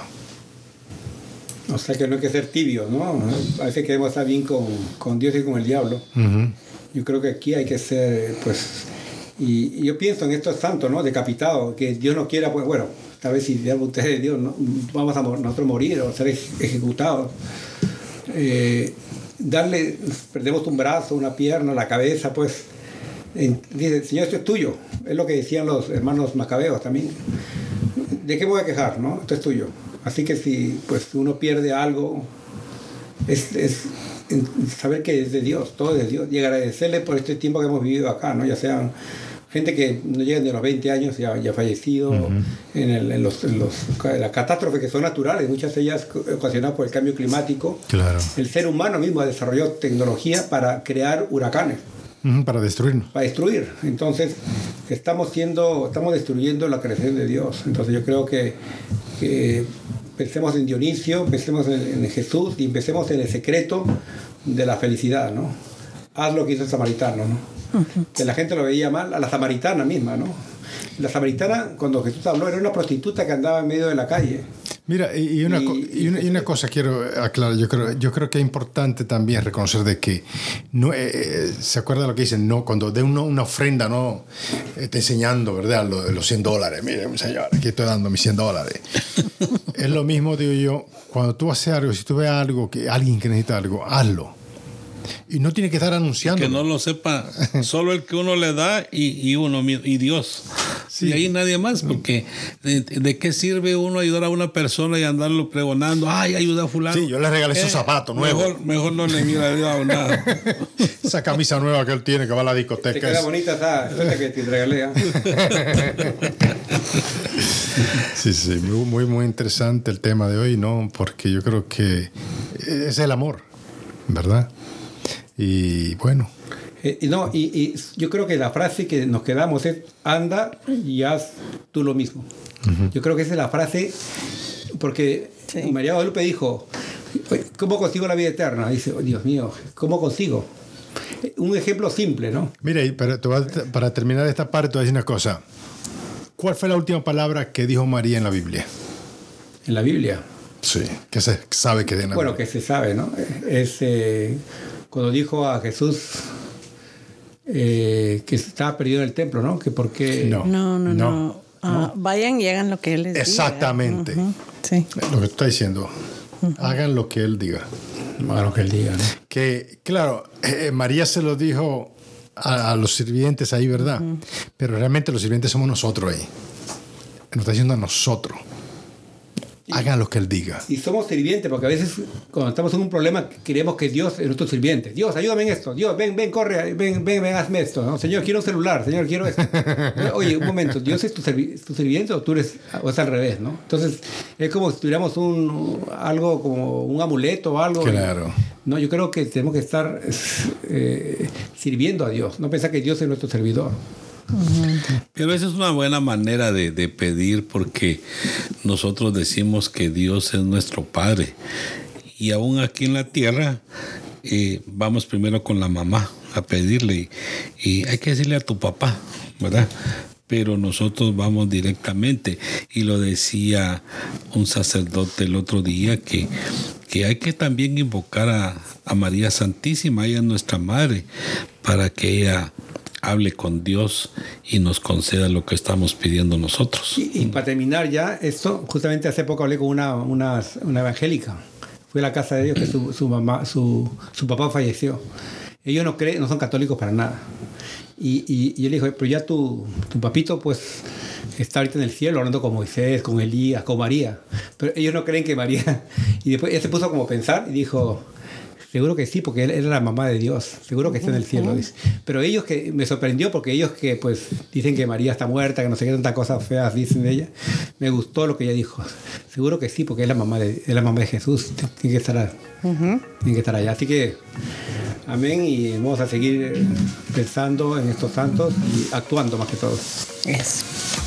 B: O sea que no hay que ser tibio, ¿no? A veces queremos estar bien con, con Dios y con el diablo.
D: Uh-huh.
B: Yo creo que aquí hay que ser, pues, Y, y yo pienso en estos santos, ¿no? Decapitados, que Dios no quiera, pues bueno, tal vez si ustedes de Dios, ¿no? Vamos a nosotros morir o ser ejecutados. Eh, darle, perdemos un brazo, una pierna, la cabeza, pues, en, dice, Señor, esto es tuyo. Es lo que decían los hermanos macabeos también. ¿De qué me voy a quejar, no? Esto es tuyo. Así que si pues uno pierde algo, es, es saber que es de Dios, todo es de Dios, y agradecerle por este tiempo que hemos vivido acá, ¿no? Ya sean gente que no llegan de los veinte años, ya, ya fallecido, uh-huh. en, el, en, los, en los, las catástrofes que son naturales, muchas de ellas ocasionadas por el cambio climático.
D: Claro.
B: El ser humano mismo ha desarrollado tecnología para crear huracanes.
D: Uh-huh, para destruirnos.
B: Para destruir. Entonces, estamos, siendo, estamos destruyendo la creación de Dios. Entonces, yo creo que, que pensemos en Dionisio, pensemos en, en Jesús y empecemos en el secreto de la felicidad, ¿no? Haz lo que hizo el samaritano, ¿no? Uh-huh. Que la gente lo veía mal, a la samaritana misma, ¿no? La samaritana, cuando Jesús habló, era una prostituta que andaba en medio de la calle.
D: Mira, y una, y, y una, y una cosa quiero aclarar, yo creo, yo creo que es importante también reconocer de que, no, eh, ¿se acuerda lo que dicen? No, cuando de uno una ofrenda, no, eh, te enseñando, ¿verdad? Los, los cien dólares, mire, señor, aquí estoy dando mis cien dólares. Es lo mismo, digo yo, cuando tú haces algo, si tú ves algo, que alguien que necesita algo, hazlo. Y no tiene que estar anunciando.
A: Que no lo sepa solo el que uno le da y, y uno y Dios. Sí. Y ahí nadie más, porque de, de qué sirve uno ayudar a una persona y andarlo pregonando, ay, ayuda a fulano.
D: Sí, yo le regalé eh, esos zapatos nuevos.
A: Mejor, mejor no le hubiera dado nada.
D: Esa camisa nueva que él tiene que va a la discoteca.
B: Te queda bonita esa, esa que te regalé. ¿eh?
D: Sí, sí, muy, muy, muy interesante el tema de hoy, ¿no? Porque yo creo que es el amor, ¿verdad? Y bueno.
B: Eh, no, y, y yo creo que la frase que nos quedamos es, anda y haz tú lo mismo. Uh-huh. Yo creo que esa es la frase, porque sí. María Guadalupe dijo, ¿cómo consigo la vida eterna? Dice, oh, Dios mío, ¿cómo consigo? Un ejemplo simple, ¿no?
D: Mira, para, para terminar esta parte, te voy a decir una cosa. ¿Cuál fue la última palabra que dijo María en la Biblia?
B: ¿En la Biblia?
D: Sí, que se sabe que... De
B: bueno, que se sabe, ¿no? Es... Eh, cuando dijo a Jesús eh, que estaba perdido en el templo, ¿no? Que por qué...
C: No, no, no. no. no. Ah, no. Vayan y hagan lo que Él les
D: Exactamente.
C: diga. Exactamente. Uh-huh. Sí.
D: Lo que tú estás diciendo. Uh-huh. Hagan lo que Él diga.
B: Hagan lo que Él diga, ¿no?
D: Que, claro, eh, María se lo dijo a, a los sirvientes ahí, ¿verdad? Uh-huh. Pero realmente los sirvientes somos nosotros ahí. Nos está diciendo a nosotros. Hagan lo que Él diga.
B: Y somos sirvientes, porque a veces cuando estamos en un problema queremos que Dios es nuestro sirviente. Dios, ayúdame en esto. Dios, ven, ven, corre, ven, ven, ven, hazme esto. ¿No? Señor, quiero un celular. Señor, quiero esto. Oye, un momento, ¿Dios es tu, servi- tu sirviente o tú eres, o es al revés, ¿no? Entonces, es como si tuviéramos un, algo como un amuleto o algo.
D: Claro.
B: No, yo creo que tenemos que estar eh, sirviendo a Dios, no pensar que Dios es nuestro servidor.
A: Pero esa es una buena manera de, de pedir, porque nosotros decimos que Dios es nuestro Padre y aún aquí en la tierra eh, vamos primero con la mamá a pedirle y, y hay que decirle a tu papá, ¿verdad? Pero nosotros vamos directamente, y lo decía un sacerdote el otro día, que, que hay que también invocar a, a María Santísima, ella es nuestra madre, para que ella hable con Dios y nos conceda lo que estamos pidiendo nosotros.
B: Y, y para terminar ya esto, justamente hace poco hablé con una, una, una evangélica. Fui a la casa de ellos, que su, su mamá, su, su papá falleció. Ellos no creen, no son católicos para nada. Y, y, y yo le dije, pero ya tu, tu papito pues está ahorita en el cielo hablando con Moisés, con Elías, con María. Pero ellos no creen que María... Y después ella se puso como a pensar y dijo... Seguro que sí, porque él era la mamá de Dios. Seguro que está en el cielo. Dice. Pero ellos que... Me sorprendió porque ellos que pues dicen que María está muerta, que no sé qué tantas cosas feas dicen de ella. Me gustó lo que ella dijo. Seguro que sí, porque es la mamá de, es la mamá de Jesús. Tiene que estar, uh-huh. tiene que estar allá. Así que... Amén. Y vamos a seguir pensando en estos santos y actuando más que todo.
C: Eso.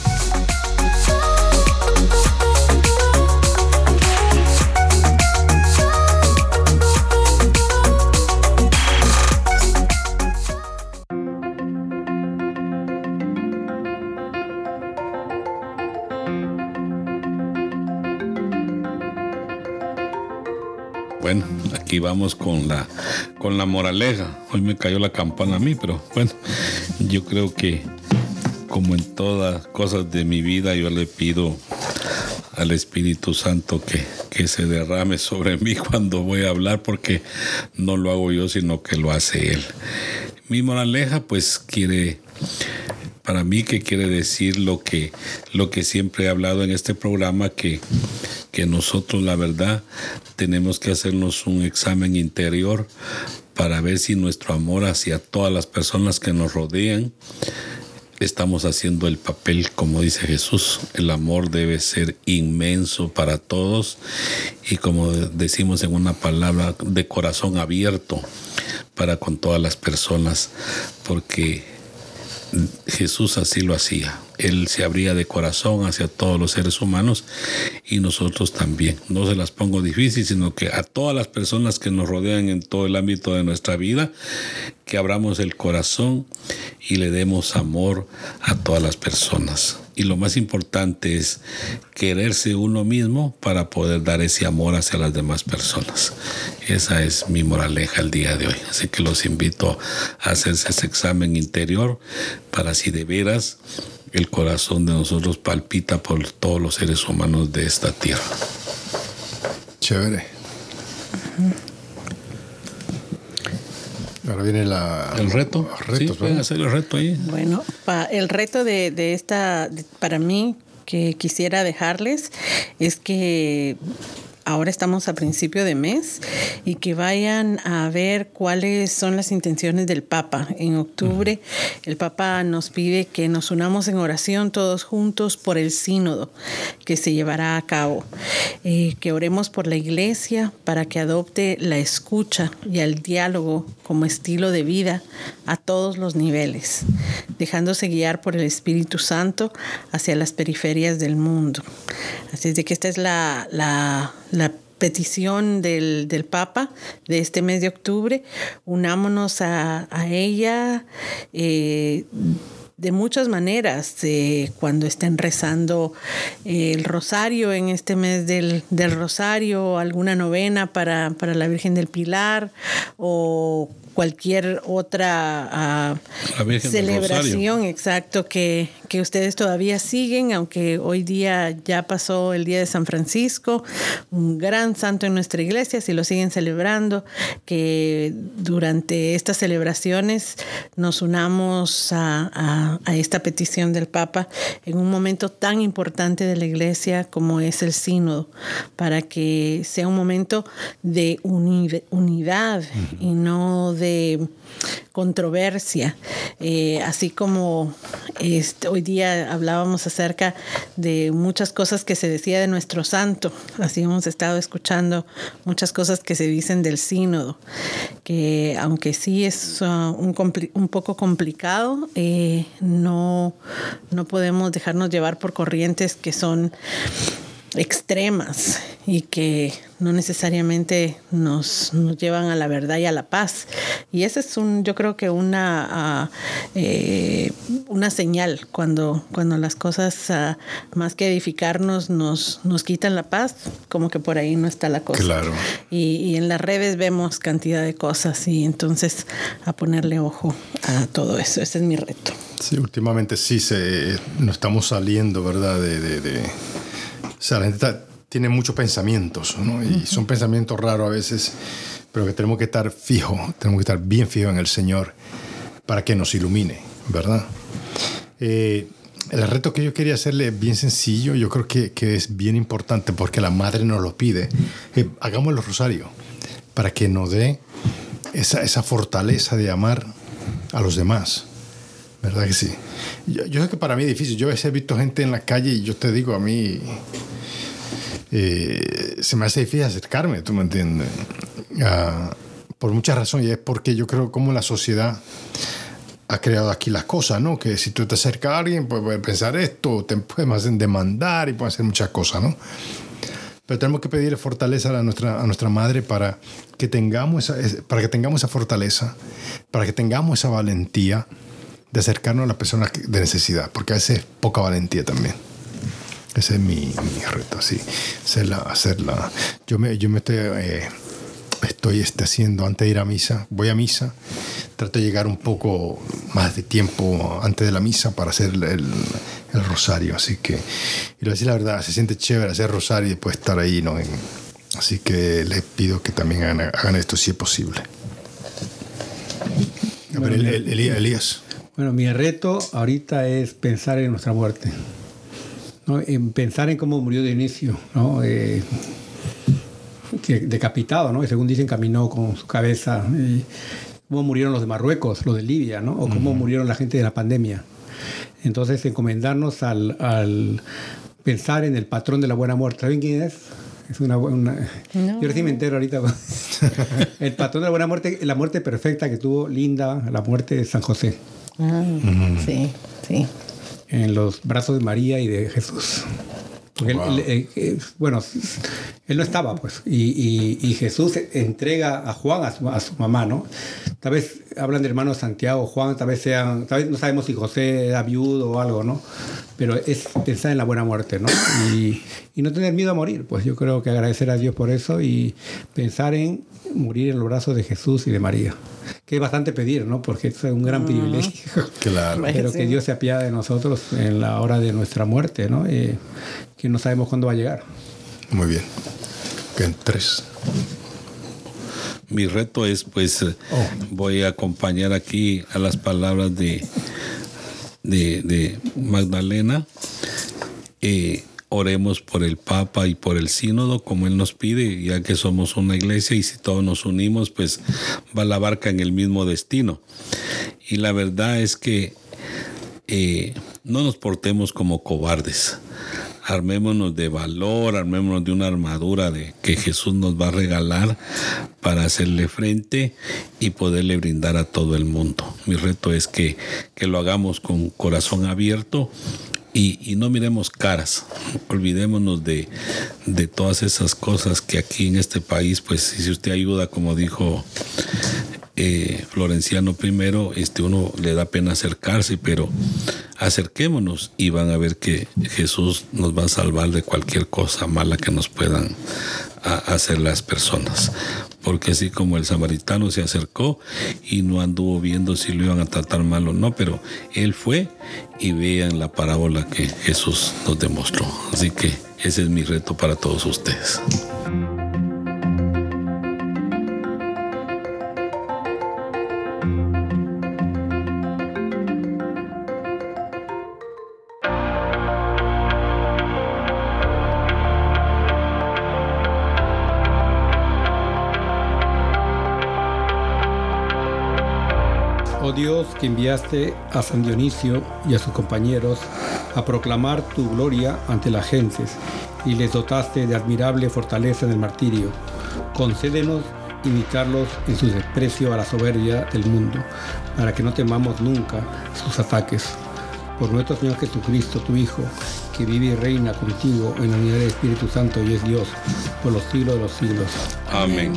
A: Bueno, aquí vamos con la, con la moraleja. Hoy me cayó la campana a mí, pero bueno, yo creo que como en todas cosas de mi vida, yo le pido al Espíritu Santo que, que se derrame sobre mí cuando voy a hablar, porque no lo hago yo, sino que lo hace Él. Mi moraleja, pues, quiere, para mí, que quiere decir lo que, lo que siempre he hablado en este programa, que, que nosotros, la verdad, tenemos que hacernos un examen interior para ver si nuestro amor hacia todas las personas que nos rodean estamos haciendo el papel, como dice Jesús. El amor debe ser inmenso para todos y, como decimos en una palabra, de corazón abierto para con todas las personas, porque Jesús así lo hacía. Él se abría de corazón hacia todos los seres humanos y nosotros también. No se las pongo difícil, sino que a todas las personas que nos rodean en todo el ámbito de nuestra vida, que abramos el corazón y le demos amor a todas las personas. Y lo más importante es quererse uno mismo para poder dar ese amor hacia las demás personas. Esa es mi moraleja el día de hoy. Así que los invito a hacerse ese examen interior para, si de veras el corazón de nosotros palpita por todos los seres humanos de esta tierra.
D: Chévere. Ahora viene la,
A: el reto.
D: Retos,
A: sí, pueden hacer el reto ahí.
C: Bueno, pa, el reto de, de esta, de, para mí, que quisiera dejarles, es que ahora estamos a principio de mes y que vayan a ver cuáles son las intenciones del Papa. En octubre, uh-huh. el Papa nos pide que nos unamos en oración todos juntos por el sínodo que se llevará a cabo. Eh, que oremos por la Iglesia para que adopte la escucha y el diálogo como estilo de vida a todos los niveles, dejándose guiar por el Espíritu Santo hacia las periferias del mundo. Así es de que esta es la... la la petición del, del Papa de este mes de octubre. Unámonos a, a ella eh, de muchas maneras, eh, cuando estén rezando eh, el rosario en este mes del, del rosario, alguna novena para, para la Virgen del Pilar, o cualquier otra uh, celebración, exacto, que, que ustedes todavía siguen, aunque hoy día ya pasó el Día de San Francisco, un gran santo en nuestra iglesia, si lo siguen celebrando, que durante estas celebraciones nos unamos a, a, a esta petición del Papa en un momento tan importante de la iglesia como es el sínodo, para que sea un momento de uni- unidad uh-huh. y no de controversia, eh, así como este, hoy día hablábamos acerca de muchas cosas que se decía de nuestro santo, así hemos estado escuchando muchas cosas que se dicen del sínodo, que aunque sí es uh, un, compli- un poco complicado, eh, no, no podemos dejarnos llevar por corrientes que son extremas y que no necesariamente nos, nos llevan a la verdad y a la paz. Y esa es un, yo creo que una, uh, eh, una señal cuando, cuando las cosas uh, más que edificarnos nos, nos quitan la paz, como que por ahí no está la cosa.
D: Claro.
C: Y, y en las redes vemos cantidad de cosas y entonces a ponerle ojo a todo eso. Ese es mi reto.
D: Sí, últimamente sí se, no estamos saliendo, ¿verdad? De, de, de O sea, la gente está, tiene muchos pensamientos, ¿no? Y son pensamientos raros a veces, pero que tenemos que estar fijos, tenemos que estar bien fijos en el Señor para que nos ilumine, ¿verdad? Eh, el reto que yo quería hacerle es bien sencillo, yo creo que, que es bien importante porque la Madre nos lo pide. Eh, hagamos el rosario para que nos dé esa, esa fortaleza de amar a los demás, ¿verdad que sí? Yo, yo sé que para mí es difícil. Yo a veces he visto gente en la calle y yo te digo, a mí eh, se me hace difícil acercarme, ¿tú me entiendes? Uh, por muchas razones, y es porque yo creo como la sociedad ha creado aquí las cosas, ¿no? Que si tú te acercas a alguien, pues puedes pensar esto, te pueden demandar y pueden hacer muchas cosas, ¿no? Pero tenemos que pedirle fortaleza a nuestra, a nuestra Madre para que tengamos esa, para que tengamos esa fortaleza, para que tengamos esa valentía de acercarnos a las personas de necesidad, porque a veces es poca valentía también. Ese es mi, mi reto, así, hacerla, hacerla. Yo me, yo me estoy, eh, estoy este, haciendo, antes de ir a misa, voy a misa, trato de llegar un poco más de tiempo antes de la misa para hacer el, el, el rosario. Así que, y lo decir la verdad, se siente chévere hacer rosario y después estar ahí, ¿no? En, así que les pido que también hagan, hagan esto si es posible. A ver, el, el, el, Elías.
B: Bueno, mi reto ahorita es pensar en nuestra muerte, ¿no? En pensar en cómo murió Dionisio, ¿no? Eh, que decapitado, ¿no? Y según dicen, caminó con su cabeza. Y cómo murieron los de Marruecos, los de Libia, ¿no? O cómo uh-huh. murieron la gente de la pandemia. Entonces, encomendarnos al, al pensar en el patrón de la buena muerte. ¿Saben quién es? Es una, una... No. Yo recién me entero ahorita. El patrón de la buena muerte, la muerte perfecta que tuvo Linda, la muerte de San José.
C: Ah, uh-huh. Sí, sí.
B: En los brazos de María y de Jesús. Porque wow. él, él, él, bueno, él no estaba, pues. Y, y, y Jesús entrega a Juan, a su, a su mamá, ¿no? Tal vez hablan de hermano Santiago, Juan, tal vez sean, tal vez no sabemos si José era viudo o algo, ¿no? Pero es pensar en la buena muerte, ¿no? Y, y no tener miedo a morir, pues yo creo que agradecer a Dios por eso y pensar en morir en los brazos de Jesús y de María. Que es bastante pedir, ¿no? Porque es un gran privilegio.
D: Claro.
B: Pero que Dios se apiade de nosotros en la hora de nuestra muerte, ¿no? Eh, que no sabemos cuándo va a llegar.
D: Muy bien. En tres.
A: Mi reto es, pues, oh. voy a acompañar aquí a las palabras de, de, de Magdalena. Eh, oremos por el Papa y por el Sínodo, como él nos pide, ya que somos una iglesia y si todos nos unimos, pues va la barca en el mismo destino. Y la verdad es que eh, no nos portemos como cobardes. Armémonos de valor, armémonos de una armadura de que Jesús nos va a regalar para hacerle frente y poderle brindar a todo el mundo. Mi reto es que, que lo hagamos con corazón abierto y, y no miremos caras. Olvidémonos de, de todas esas cosas que aquí en este país, pues si usted ayuda, como dijo eh, Florenciano primero, este, uno le da pena acercarse, pero acerquémonos y van a ver que Jesús nos va a salvar de cualquier cosa mala que nos puedan a hacer las personas. Porque así como el samaritano se acercó y no anduvo viendo si lo iban a tratar mal o no, pero él fue y vean la parábola que Jesús nos demostró. Así que ese es mi reto para todos ustedes.
B: Oh Dios, que enviaste a San Dionisio y a sus compañeros a proclamar tu gloria ante las gentes y les dotaste de admirable fortaleza en el martirio, concédenos imitarlos en su desprecio a la soberbia del mundo, para que no temamos nunca sus ataques. Por nuestro Señor Jesucristo, tu Hijo, que vive y reina contigo en la unidad del Espíritu Santo y es Dios, por los siglos de los siglos.
A: Amén.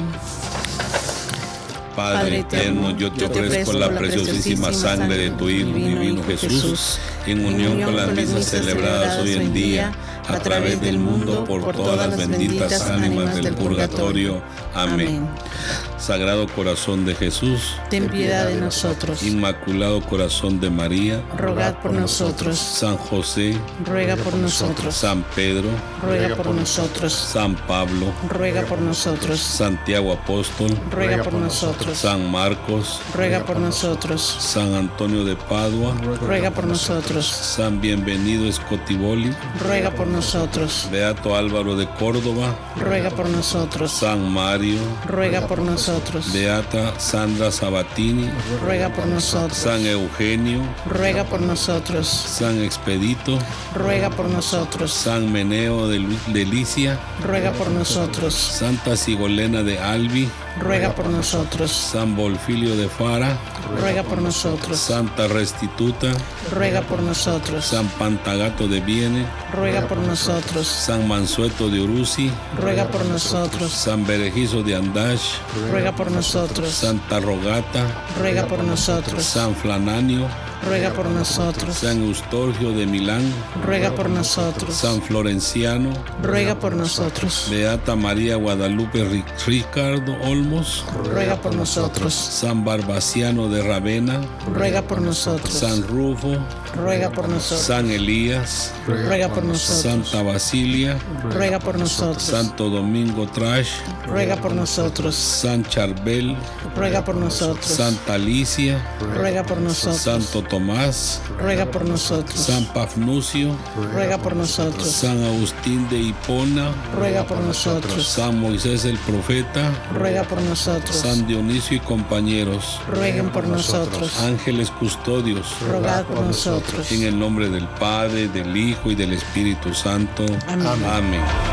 A: Padre eterno, yo te ofrezco la preciosísima sangre de tu Hijo divino Jesús, en unión con las misas celebradas hoy en día, a través del mundo, por todas las benditas ánimas del purgatorio. Amén. Sagrado Corazón de Jesús,
C: ten piedad de nosotros.
A: Inmaculado Corazón de María,
C: rogad por nosotros.
A: San José,
C: ruega por nosotros.
A: San Pedro,
C: ruega por nosotros.
A: San Pablo,
C: ruega por nosotros.
A: Santiago Apóstol,
C: ruega por nosotros.
A: San Marcos,
C: ruega por nosotros.
A: San Antonio de Padua,
C: ruega por nosotros.
A: San Bienvenido Scotiboli,
C: ruega por nosotros.
A: Beato Álvaro de Córdoba,
C: ruega por nosotros.
A: San Mario,
C: ruega por nosotros.
A: Beata Sandra Sabatini,
C: ruega por nosotros.
A: San Eugenio,
C: ruega por nosotros.
A: San Expedito,
C: ruega por nosotros.
A: San Meneo de, de Licia,
C: ruega por nosotros.
A: Santa Sigolena de Albi,
C: ruega por nosotros.
A: San Bolfilio de Fara,
C: ruega por nosotros.
A: Santa Restituta,
C: ruega por nosotros.
A: San Pantagato de Viene,
C: ruega por nosotros.
A: San Mansueto de Uruzi,
C: ruega por nosotros.
A: San Berejizo de Andash,
C: ruega por nosotros.
A: Santa Rogata,
C: ruega por nosotros.
A: San Flananio,
C: ruega por nosotros.
A: San Eustorgio de Milán,
C: ruega por nosotros.
A: San Florenciano,
C: ruega por nosotros.
A: Beata María Guadalupe Ricardo Olmos,
C: ruega por nosotros.
A: San Barbaciano de Ravenna,
C: ruega por nosotros.
A: San Rufo,
C: ruega por nosotros.
A: San Elías,
C: ruega por nosotros.
A: Santa Basilia,
C: ruega por nosotros.
A: Santo Domingo Trash,
C: ruega por nosotros.
A: San Charbel,
C: ruega por nosotros.
A: Santa Alicia,
C: ruega por nosotros.
A: Santo Tomás,
C: ruega por nosotros.
A: San Pafnucio,
C: ruega por nosotros.
A: San Agustín de Hipona,
C: ruega por nosotros.
A: San Moisés el Profeta,
C: ruega por nosotros.
A: San Dionisio y compañeros,
C: rueguen por nosotros.
A: Ángeles custodios,
C: rogad por nosotros.
A: En el nombre del Padre, del Hijo y del Espíritu Santo.
C: Amén.
A: Amén.